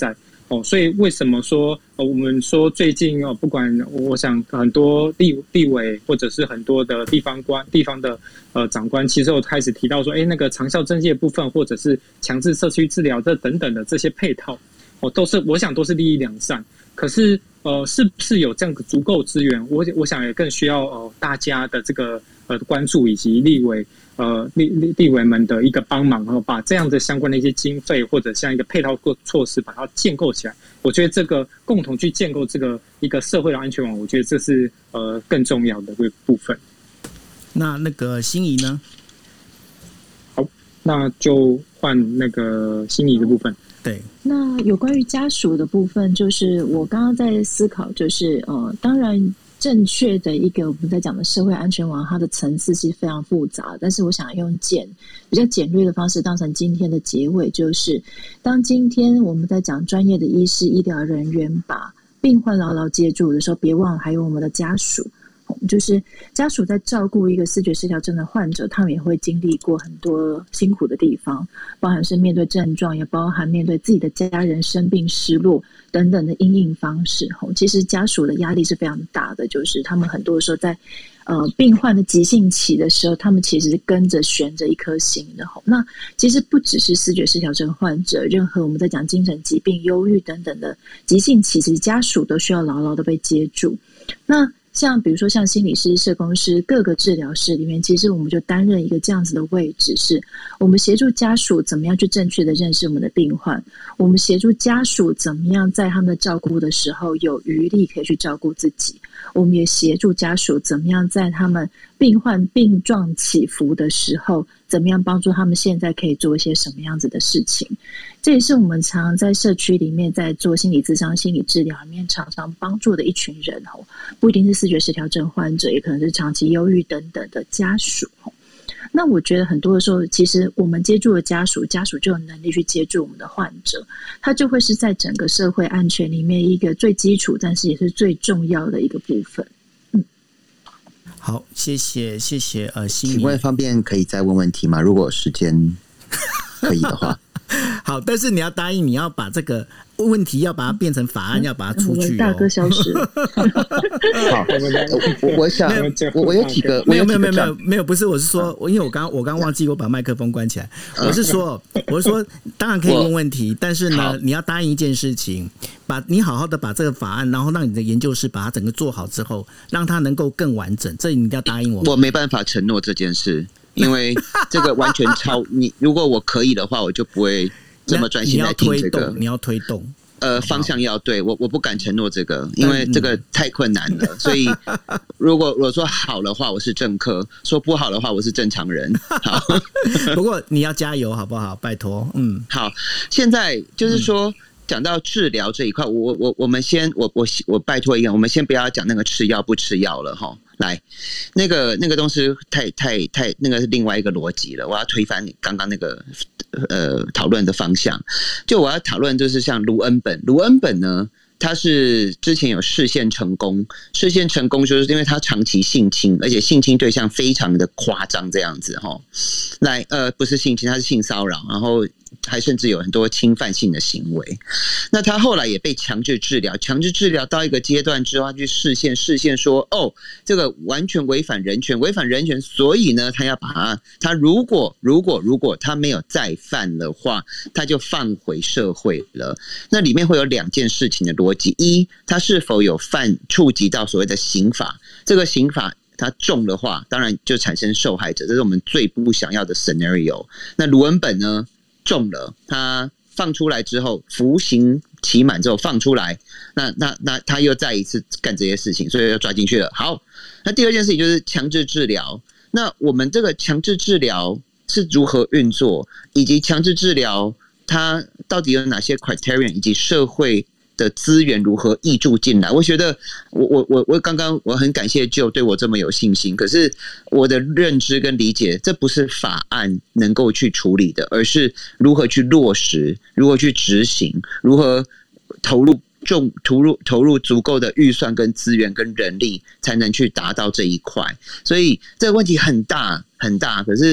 所以为什么说我们说最近不管我想很多立委或者是很多的地方的长官，其实有开始提到说，那个长效政绩的部分，或者是强制社区治疗这等等的这些配套，我想都是利益良善。可是是不是有这样足够资源？我想也更需要大家的这个关注，以及立委们的一个帮忙，然后把这样的相关的一些经费或者像一个配套措施把它建构起来。我觉得这个共同去建构这个一个社会的安全网，我觉得这是更重要的一个部分。 那个心怡呢？ 好，那就换那个心怡的部分。 对， 那有关于家属的部分，就是我刚刚在思考，就是当然正确的一个我们在讲的社会安全网，它的层次是非常复杂，但是我想用比较简略的方式当成今天的结尾，就是当今天我们在讲专业的医师医疗人员把病患牢牢接住的时候，别忘了还有我们的家属。就是家属在照顾一个思觉失调症的患者，他们也会经历过很多辛苦的地方，包含是面对症状，也包含面对自己的家人生病失落等等的因应方式。其实家属的压力是非常大的，就是他们很多时候在病患的急性期的时候，他们其实跟着悬着一颗心的。那其实不只是思觉失调症患者，任何我们在讲精神疾病、忧郁等等的急性期，其实家属都需要牢牢的被接住。那像比如说像心理师、社工师各个治疗室里面，其实我们就担任一个这样子的位置，是我们协助家属怎么样去正确的认识我们的病患，我们协助家属怎么样在他们的照顾的时候有余力可以去照顾自己，我们也协助家属怎么样在他们病患病状起伏的时候，怎么样帮助他们现在可以做一些什么样子的事情。这也是我们常常在社区里面在做心理咨商、心理治疗里面常常帮助的一群人，不一定是思觉失调症患者，也可能是长期忧郁等等的家属。那我觉得很多的时候，其实我们接住了家属就有能力去接住我们的患者，他就会是在整个社会安全里面一个最基础但是也是最重要的一个部分。 好，谢谢心怡。 请问方便可以再问问题吗？如果时间可以的话。 好，但是你要答应，你要把这个问题要把它变成法案，要把它出去。 大哥消失了。 好，我想我有几个， 没有，不是，我是说，因为我刚忘记我把麦克风关起来。我是说，当然可以问问题，但是呢，你要答应一件事情，你好好的把这个法案，然后让你的研究室把它整个做好之后，让它能够更完整。这你一定要答应我。 我没办法承诺这件事。因为这个完全超你，如果我可以的话，我就不会这么专心来听这个。 你要推动， 方向要对，我不敢承诺这个，因为这个太困难了。所以，如果我说好的话，我是政客；说不好的话，我是正常人。好， 不过你要加油，好不好？拜托， 好。现在就是说，讲到治疗这一块，我们先我拜托一个，我们先不要讲那个吃药不吃药了哈。来，那个东西太那个是另外一个逻辑了。我要推翻你刚刚那个讨论的方向。就我要讨论就是像卢恩本呢，他是之前有视线成功，就是因为他长期性侵，而且性侵对象非常的夸张这样子哈。来，不是性侵，他是性骚扰，然后还甚至有很多侵犯性的行为。那他后来也被强制治疗到一个阶段之后，他去视线说，这个完全违反人权，所以呢，他要把他如果他没有再犯的话，他就放回社会了。那里面会有两件事情的逻辑：一，他是否有触及到所谓的刑法，这个刑法他重的话，当然就产生受害者，这是我们最不想要的 scenario。那卢恩本呢？中了，他放出来之后，服刑期满之后放出来，那他又再一次干这些事情，所以又抓进去了。好，那第二件事情就是强制治疗。那我们这个强制治疗是如何运作，以及强制治疗它到底有哪些 criterion， 以及社会的资源如何挹注进来？我觉得我刚刚我很感谢Joe对我这么有信心，可是我的认知跟理解，这不是法案能够去处理的，而是如何去落实，如何去执行，如何投入足够的预算跟资源跟人力，才能去达到这一块。所以这个问题很大很大，可是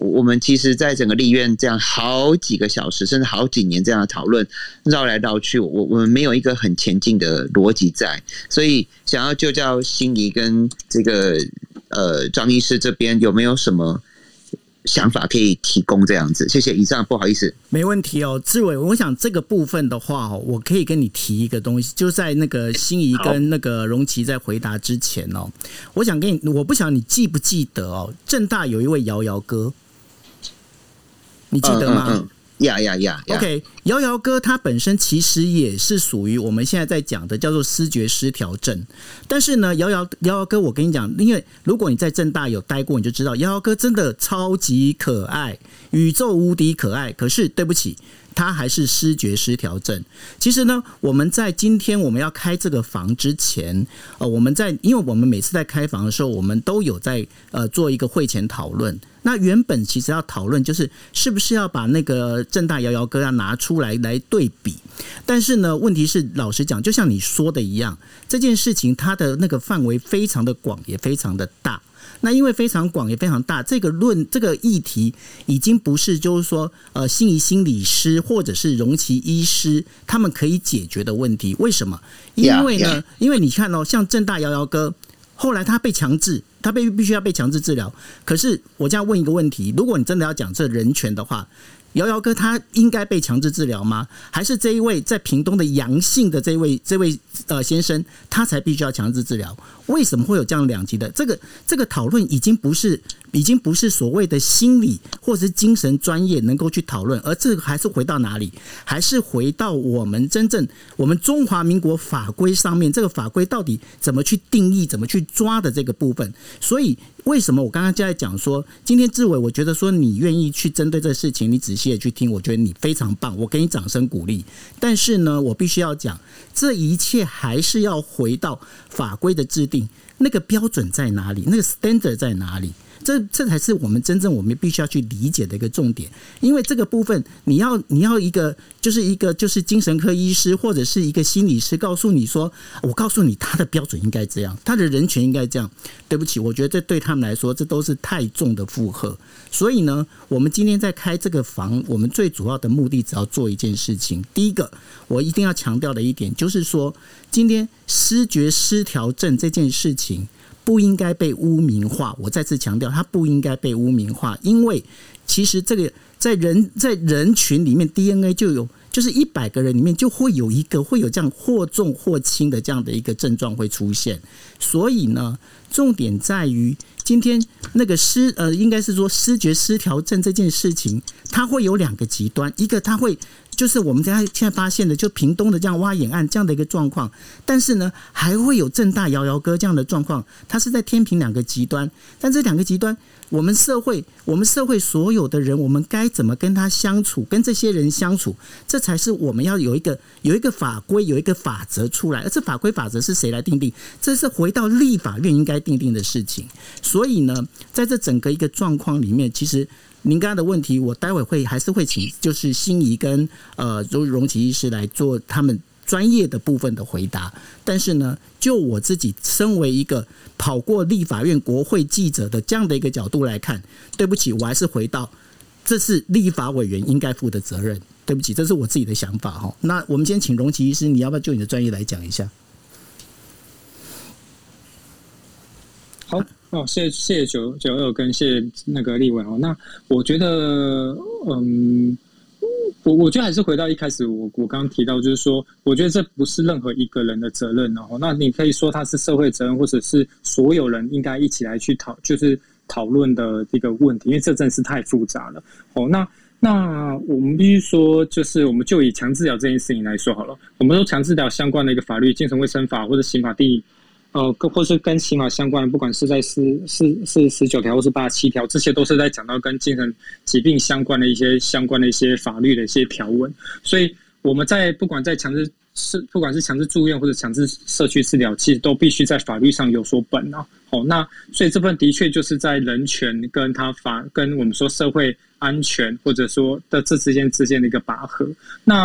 我们其实在整个立院这样好几个小时甚至好几年这样的讨论绕来绕去，我们没有一个很前进的逻辑在，所以想要就叫心怡跟这个张医师这边有没有什么想法可以提供这样子？谢谢。以上，不好意思。 没问题哦，志伟，我想这个部分的话，我可以跟你提一个东西，就在那个心怡跟那个荣琪在回答之前哦，我想跟你，我不晓得你记不记得哦，政大有一位瑶瑶哥，你记得吗？OK， 瑶瑶哥他本身其实也是属于我们现在在讲的叫做思觉失调症，但是呢，瑶瑶哥，我跟你讲，因为如果你在政大有待过，你就知道瑶瑶哥真的超级可爱，宇宙无敌可爱。可是对不起，他还是思觉失调症。其实呢，我们在今天我们要开这个房之前，因为我们每次在开房的时候，我们都有在做一个会前讨论。那原本其实要讨论就是是不是要把那个政大瑶瑶哥要拿出来对比，但是呢，问题是老实讲，就像你说的一样，这件事情它的那个范围非常的广，也非常的大。那因为非常广也非常大，这个议题已经不是就是说心怡心理师或者是荣琪医师他们可以解决的问题。为什么？因为呢，因为你看哦，像政大瑶瑶哥，后来他被强制，他必须要被强制治疗。可是我这样问一个问题：如果你真的要讲这人权的话，瑶瑶哥他应该被强制治疗吗？还是这一位在屏东的阳性的这位先生，他才必须要强制治疗？为什么会有这样两极的？这个讨论已经不是所谓的心理或是精神专业能够去讨论，而这个还是回到哪里？还是回到我们真正我们中华民国法规上面，这个法规到底怎么去定义、怎么去抓的这个部分。所以为什么我刚刚就在讲说，今天志伟，我觉得说你愿意去针对这个事情，你仔细的去听，我觉得你非常棒，我给你掌声鼓励。但是呢，我必须要讲，这一切还是要回到法规的制定，那个标准在哪里，那个 standard 在哪里？这才是我们真正我们必须要去理解的一个重点。因为这个部分你要一个就是精神科医师或者是一个心理师告诉你说，我告诉你他的标准应该这样，他的人权应该这样。对不起，我觉得这对他们来说这都是太重的负荷。所以呢，我们今天在开这个房，我们最主要的目的只要做一件事情。第一个，我一定要强调的一点就是说，今天思觉失调症这件事情不应该被污名化。我再次强调，它不应该被污名化，因为其实这个在人群里面 DNA 就有，就是100个人里面就会有一个会有这样或重或轻的这样的一个症状会出现。所以呢，重点在于今天那个应该是说思觉失调症这件事情，它会有2个极端，一个它会就是我们现在发现的，就屏东的这样挖眼案这样的一个状况，但是呢，还会有政大瑶瑶哥这样的状况，它是在天平2个极端。但这2个极端，我们社会所有的人，我们该怎么跟他相处，跟这些人相处，这才是我们要有一个法规，有一个法则出来。而这法规法则是谁来定定？这是回到立法院应该定定的事情。所以呢，在这整个一个状况里面，其实您刚刚的问题，我待会还是会请就是心怡跟荣琪医师来做他们专业的部分的回答。但是呢，就我自己身为一个跑过立法院国会记者的这样的一个角度来看，对不起，我还是回到这是立法委员应该负的责任。对不起，这是我自己的想法哈。那我们先请荣琪医师，你要不要就你的专业来讲一下？ 好。谢谢92跟谢谢那个立文哦。那我觉得，我觉得还是回到一开始我刚刚提到，就是说，我觉得这不是任何一个人的责任哦。那你可以说它是社会责任，或者是所有人应该一起来去讨论的一个问题，因为这真的是太复杂了哦。那我们必须说，就是我们就以强制疗这件事情来说好了，我们说强制疗相关的一个法律，精神卫生法或者刑法或是跟刑法相关的，不管是在19条或是87条，这些都是在讲到跟精神疾病相关的一些法律的一些条文。所以我们不管是强制住院或者强制社区治疗，其实都必须在法律上有所本啊。那所以这份的确就是在人权跟跟我们说社会安全或者说的这之间的一个拔河。那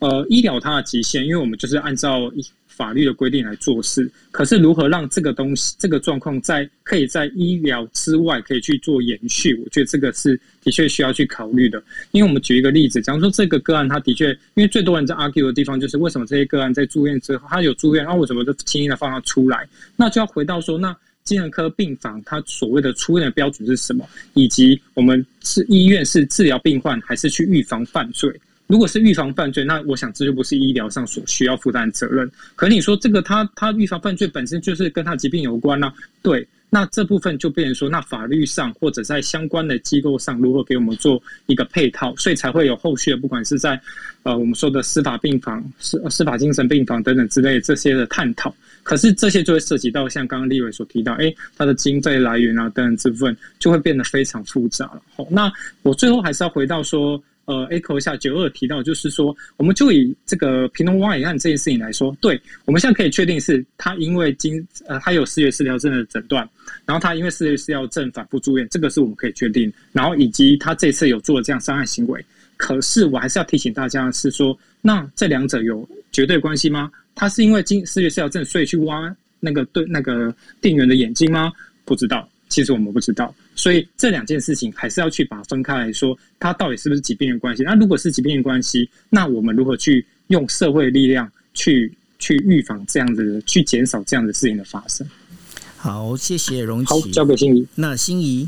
医疗它的极限，因为我们就是按照法律的规定来做事，可是如何让这个东西、这个状况可以在医疗之外可以去做延续，我觉得这个是的确需要去考虑的。因为我们举一个例子，假如说这个个案，它的确，因为最多人在 argue 的地方就是为什么这些个案在住院之后，他有住院，为什么就轻易的放他出来？那就要回到说，那精神科病房它所谓的出院的标准是什么？以及我们是医院是治疗病患还是去预防犯罪？如果是预防犯罪，那我想这就不是医疗上所需要负担的责任。可你说这个他预防犯罪本身就是跟他疾病有关啊，对，那这部分就变成说，那法律上或者在相关的机构上如何给我们做一个配套，所以才会有后续的，不管是在我们说的司法病房、司法精神病房等等之类的这些的探讨。可是这些就会涉及到像刚刚立委所提到，它的经费来源啊等等这部分就会变得非常复杂了。那我最后还是要回到说。echo 一下92提到，就是说，我们就以这个屏东挖眼案这件事情来说，对，我们现在可以确定是他因为他有思觉失调症的诊断，然后他因为思觉失调症反复住院，这个是我们可以确定，然后以及他这次有做这样伤害行为。可是我还是要提醒大家的是说，那这两者有绝对关系吗？他是因为思觉失调症所以去挖那个店员的眼睛吗？不知道。其实我们不知道，所以这两件事情还是要去把它分开来说，它到底是不是疾病的关系？那如果是疾病的关系，那我们如何去用社会力量去预防这样子的，去减少这样的事情的发生？ 好，谢谢荣琪。 好，交给心怡。 那心怡。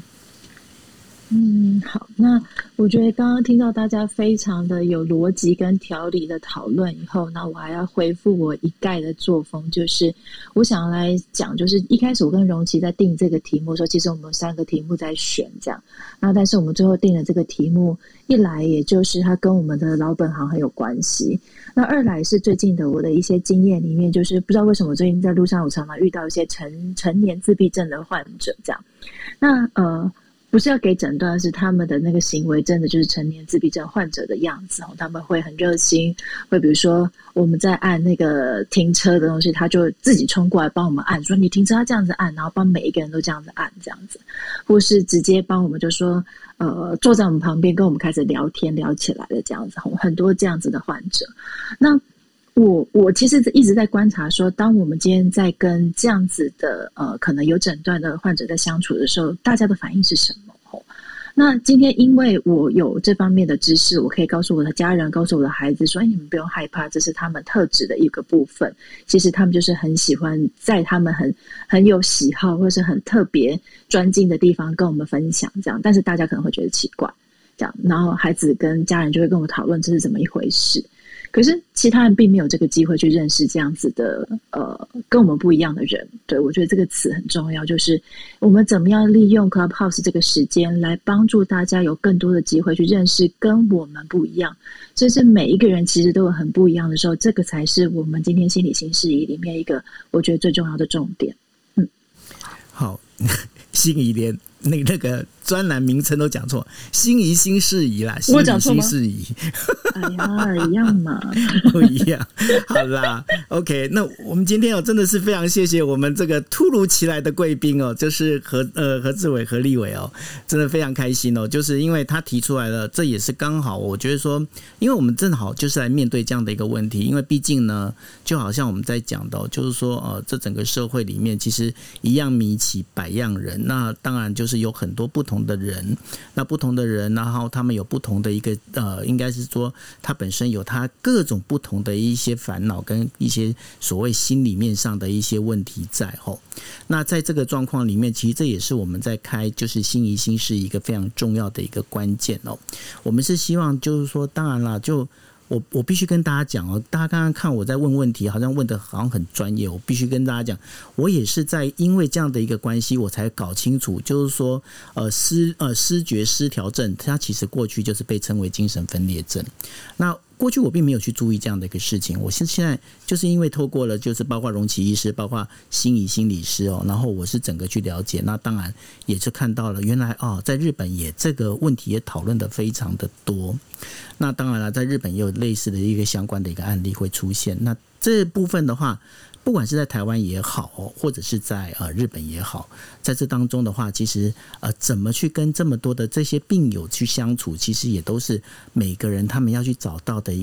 好，那我觉得刚刚听到大家非常的有逻辑跟条理的讨论以后，那我还要恢复我一概的作风，就是我想要来讲，就是一开始我跟荣琪在定这个题目的时候，其实我们有3个题目在选这样，那但是我们最后定的这个题目，一来也就是它跟我们的老本行很有关系，那二来是最近的我的一些经验里面，就是不知道为什么最近在路上我常常遇到一些成年自闭症的患者这样，那不是要给诊断，是他们的那个行为真的就是成年自闭症患者的样子，他们会很热心，会比如说我们在按那个停车的东西，他就自己冲过来帮我们按，说你停车，他这样子按，然后帮每一个人都这样子按，这样子，或是直接帮我们就说坐在我们旁边跟我们开始聊天聊起来的这样子，很多这样子的患者。那我其实一直在观察说，当我们今天在跟这样子的可能有诊断的患者在相处的时候，大家的反应是什么？那今天因为我有这方面的知识，我可以告诉我的家人，告诉我的孩子说，你们不用害怕，这是他们特质的一个部分。其实他们就是很喜欢在他们很有喜好或是很特别专精的地方跟我们分享这样，但是大家可能会觉得奇怪这样，然后孩子跟家人就会跟我讨论这是怎么一回事。可是其他人并没有这个机会去认识这样子的跟我们不一样的人。对，我觉得这个词很重要，就是我们怎么样利用 Clubhouse 这个时间来帮助大家有更多的机会去认识跟我们不一样，甚至每一个人其实都有很不一样的时候，这个才是我们今天心理新事宜里面一个我觉得最重要的重点。 好，心怡连那个专栏名称都讲错，心怡新事宜啦，心怡新事宜。 哎呀，一样嘛， 不一样。好啦 ，OK， 那我们今天真的是非常谢谢我们这个突如其来的贵宾就是何志伟何立伟真的非常开心就是因为他提出来了，这也是刚好，我觉得说，因为我们正好就是来面对这样的一个问题，因为毕竟呢，就好像我们在讲的，就是说这整个社会里面其实一样米起百样人，那当然就是有很多不同的人，那不同的人，然后他们有不同的一个应该是说他本身有他各种不同的一些烦恼跟一些所谓心里面上的一些问题在那在这个状况里面，其实这也是我们在开就是心怡新事一个非常重要的一个关键我们是希望就是说，当然啦，就我必须跟大家讲大家刚刚看我在问问题，好像问的好像很专业，我必须跟大家讲，我也是在因为这样的一个关系，我才搞清楚，就是说思觉失调症，它其实过去就是被称为精神分裂症。那过去我并没有去注意这样的一个事情，我现在就是因为透过了就是包括荣琪医师，包括心怡心理师然后我是整个去了解，那当然也是看到了原来在日本也这个问题也讨论的非常的多。那当然了，在日本也有类似的一个相关的一个案例会出现。那这部分的话，不管是在台湾也好，或者是在日本也好，在这当中的话，其实怎么去跟这么多的这些病友去相处，其实也都是每个人他们要去找到的一个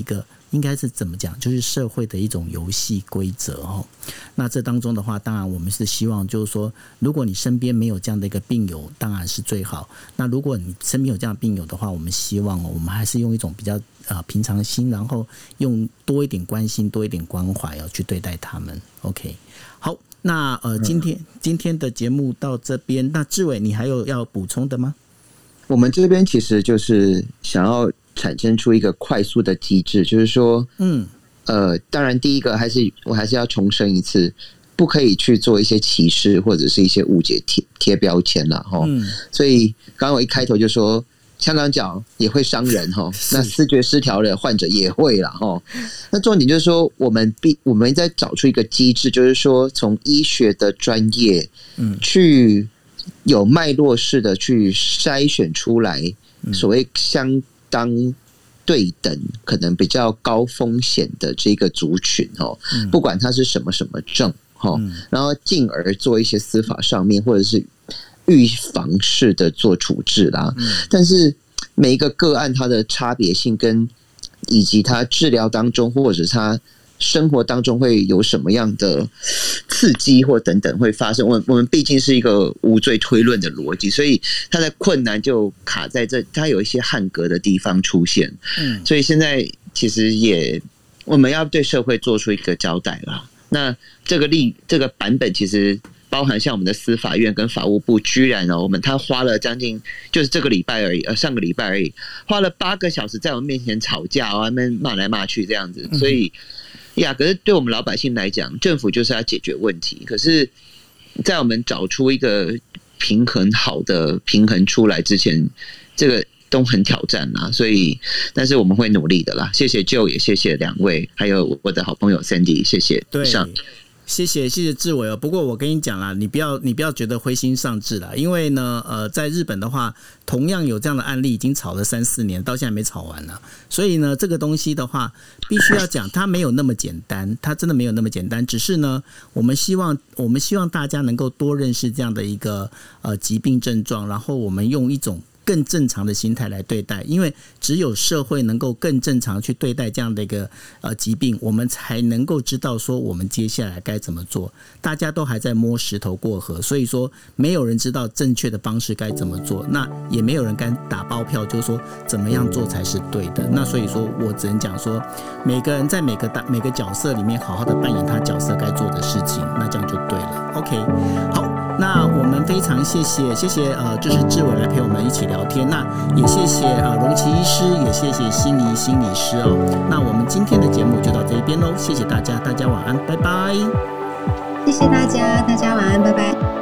应该是怎么讲，就是社会的一种游戏规则哦。那这当中的话，当然我们是希望就是说，如果你身边没有这样的一个病友，当然是最好。那如果你身边有这样的病友的话，我们希望我们还是用一种比较平常心，然后用多一点关心、多一点关怀去对待他们。OK， 好，那今天的节目到这边，那志伟你还有要补充的吗？ 我们这边其实就是想要产生出一个快速的机制，就是说，当然第一个我还是要重申一次，不可以去做一些歧视或者是一些误解贴标签啦齁。所以刚刚我一开头就说，香港脚也会伤人齁，那思觉失调的患者也会啦齁。那重点就是说，我们在找出一个机制，就是说从医学的专业，去有脉络式的去筛选出来所谓相当对等可能比较高风险的这个族群不管它是什么症然后进而做一些司法上面或者是预防式的做处置啦。但是每一个个案它的差别性跟以及它治疗当中或者它生活当中会有什么样的刺激或等等会发生，我们毕竟是一个无罪推论的逻辑，所以它的困难就卡在这，它有一些汉格的地方出现。所以现在其实我们要对社会做出一个交代啦。那这个版本其实包含像我们的司法院跟法务部，居然他花了将近就是这个礼拜而已，上个礼拜而已，花了8个小时在我们面前吵架，他们骂来骂去这样子，所以。可是对我们老百姓来讲，政府就是要解决问题。可是，在我们找出一个好的平衡出来之前，这个都很挑战啦。所以，但是我们会努力的啦。谢谢 Joe， 也谢谢2位，还有我的好朋友 Sandy， 谢谢。 对。谢谢志伟不过我跟你讲啦，你不要觉得灰心丧志啦，因为呢，在日本的话，同样有这样的案例，已经吵了3-4年，到现在没吵完了。所以呢，这个东西的话，必须要讲，它没有那么简单，它真的没有那么简单。只是呢，我们希望大家能够多认识这样的一个疾病症状，然后我们用一种更正常的心态来对待，因为只有社会能够更正常去对待这样的一个疾病，我们才能够知道说我们接下来该怎么做。大家都还在摸石头过河，所以说没有人知道正确的方式该怎么做，那也没有人敢打包票，就是说怎么样做才是对的。那所以说我只能讲说，每个人在每个角色里面好好的扮演他角色该做的事情，那这样就对了。OK， 好。那我们非常谢谢就是志伟来陪我们一起聊天，那也谢谢荣琪医师，也谢谢心理师那我们今天的节目就到这边咯，谢谢大家，大家晚安，拜拜。 谢谢大家，大家晚安，拜拜。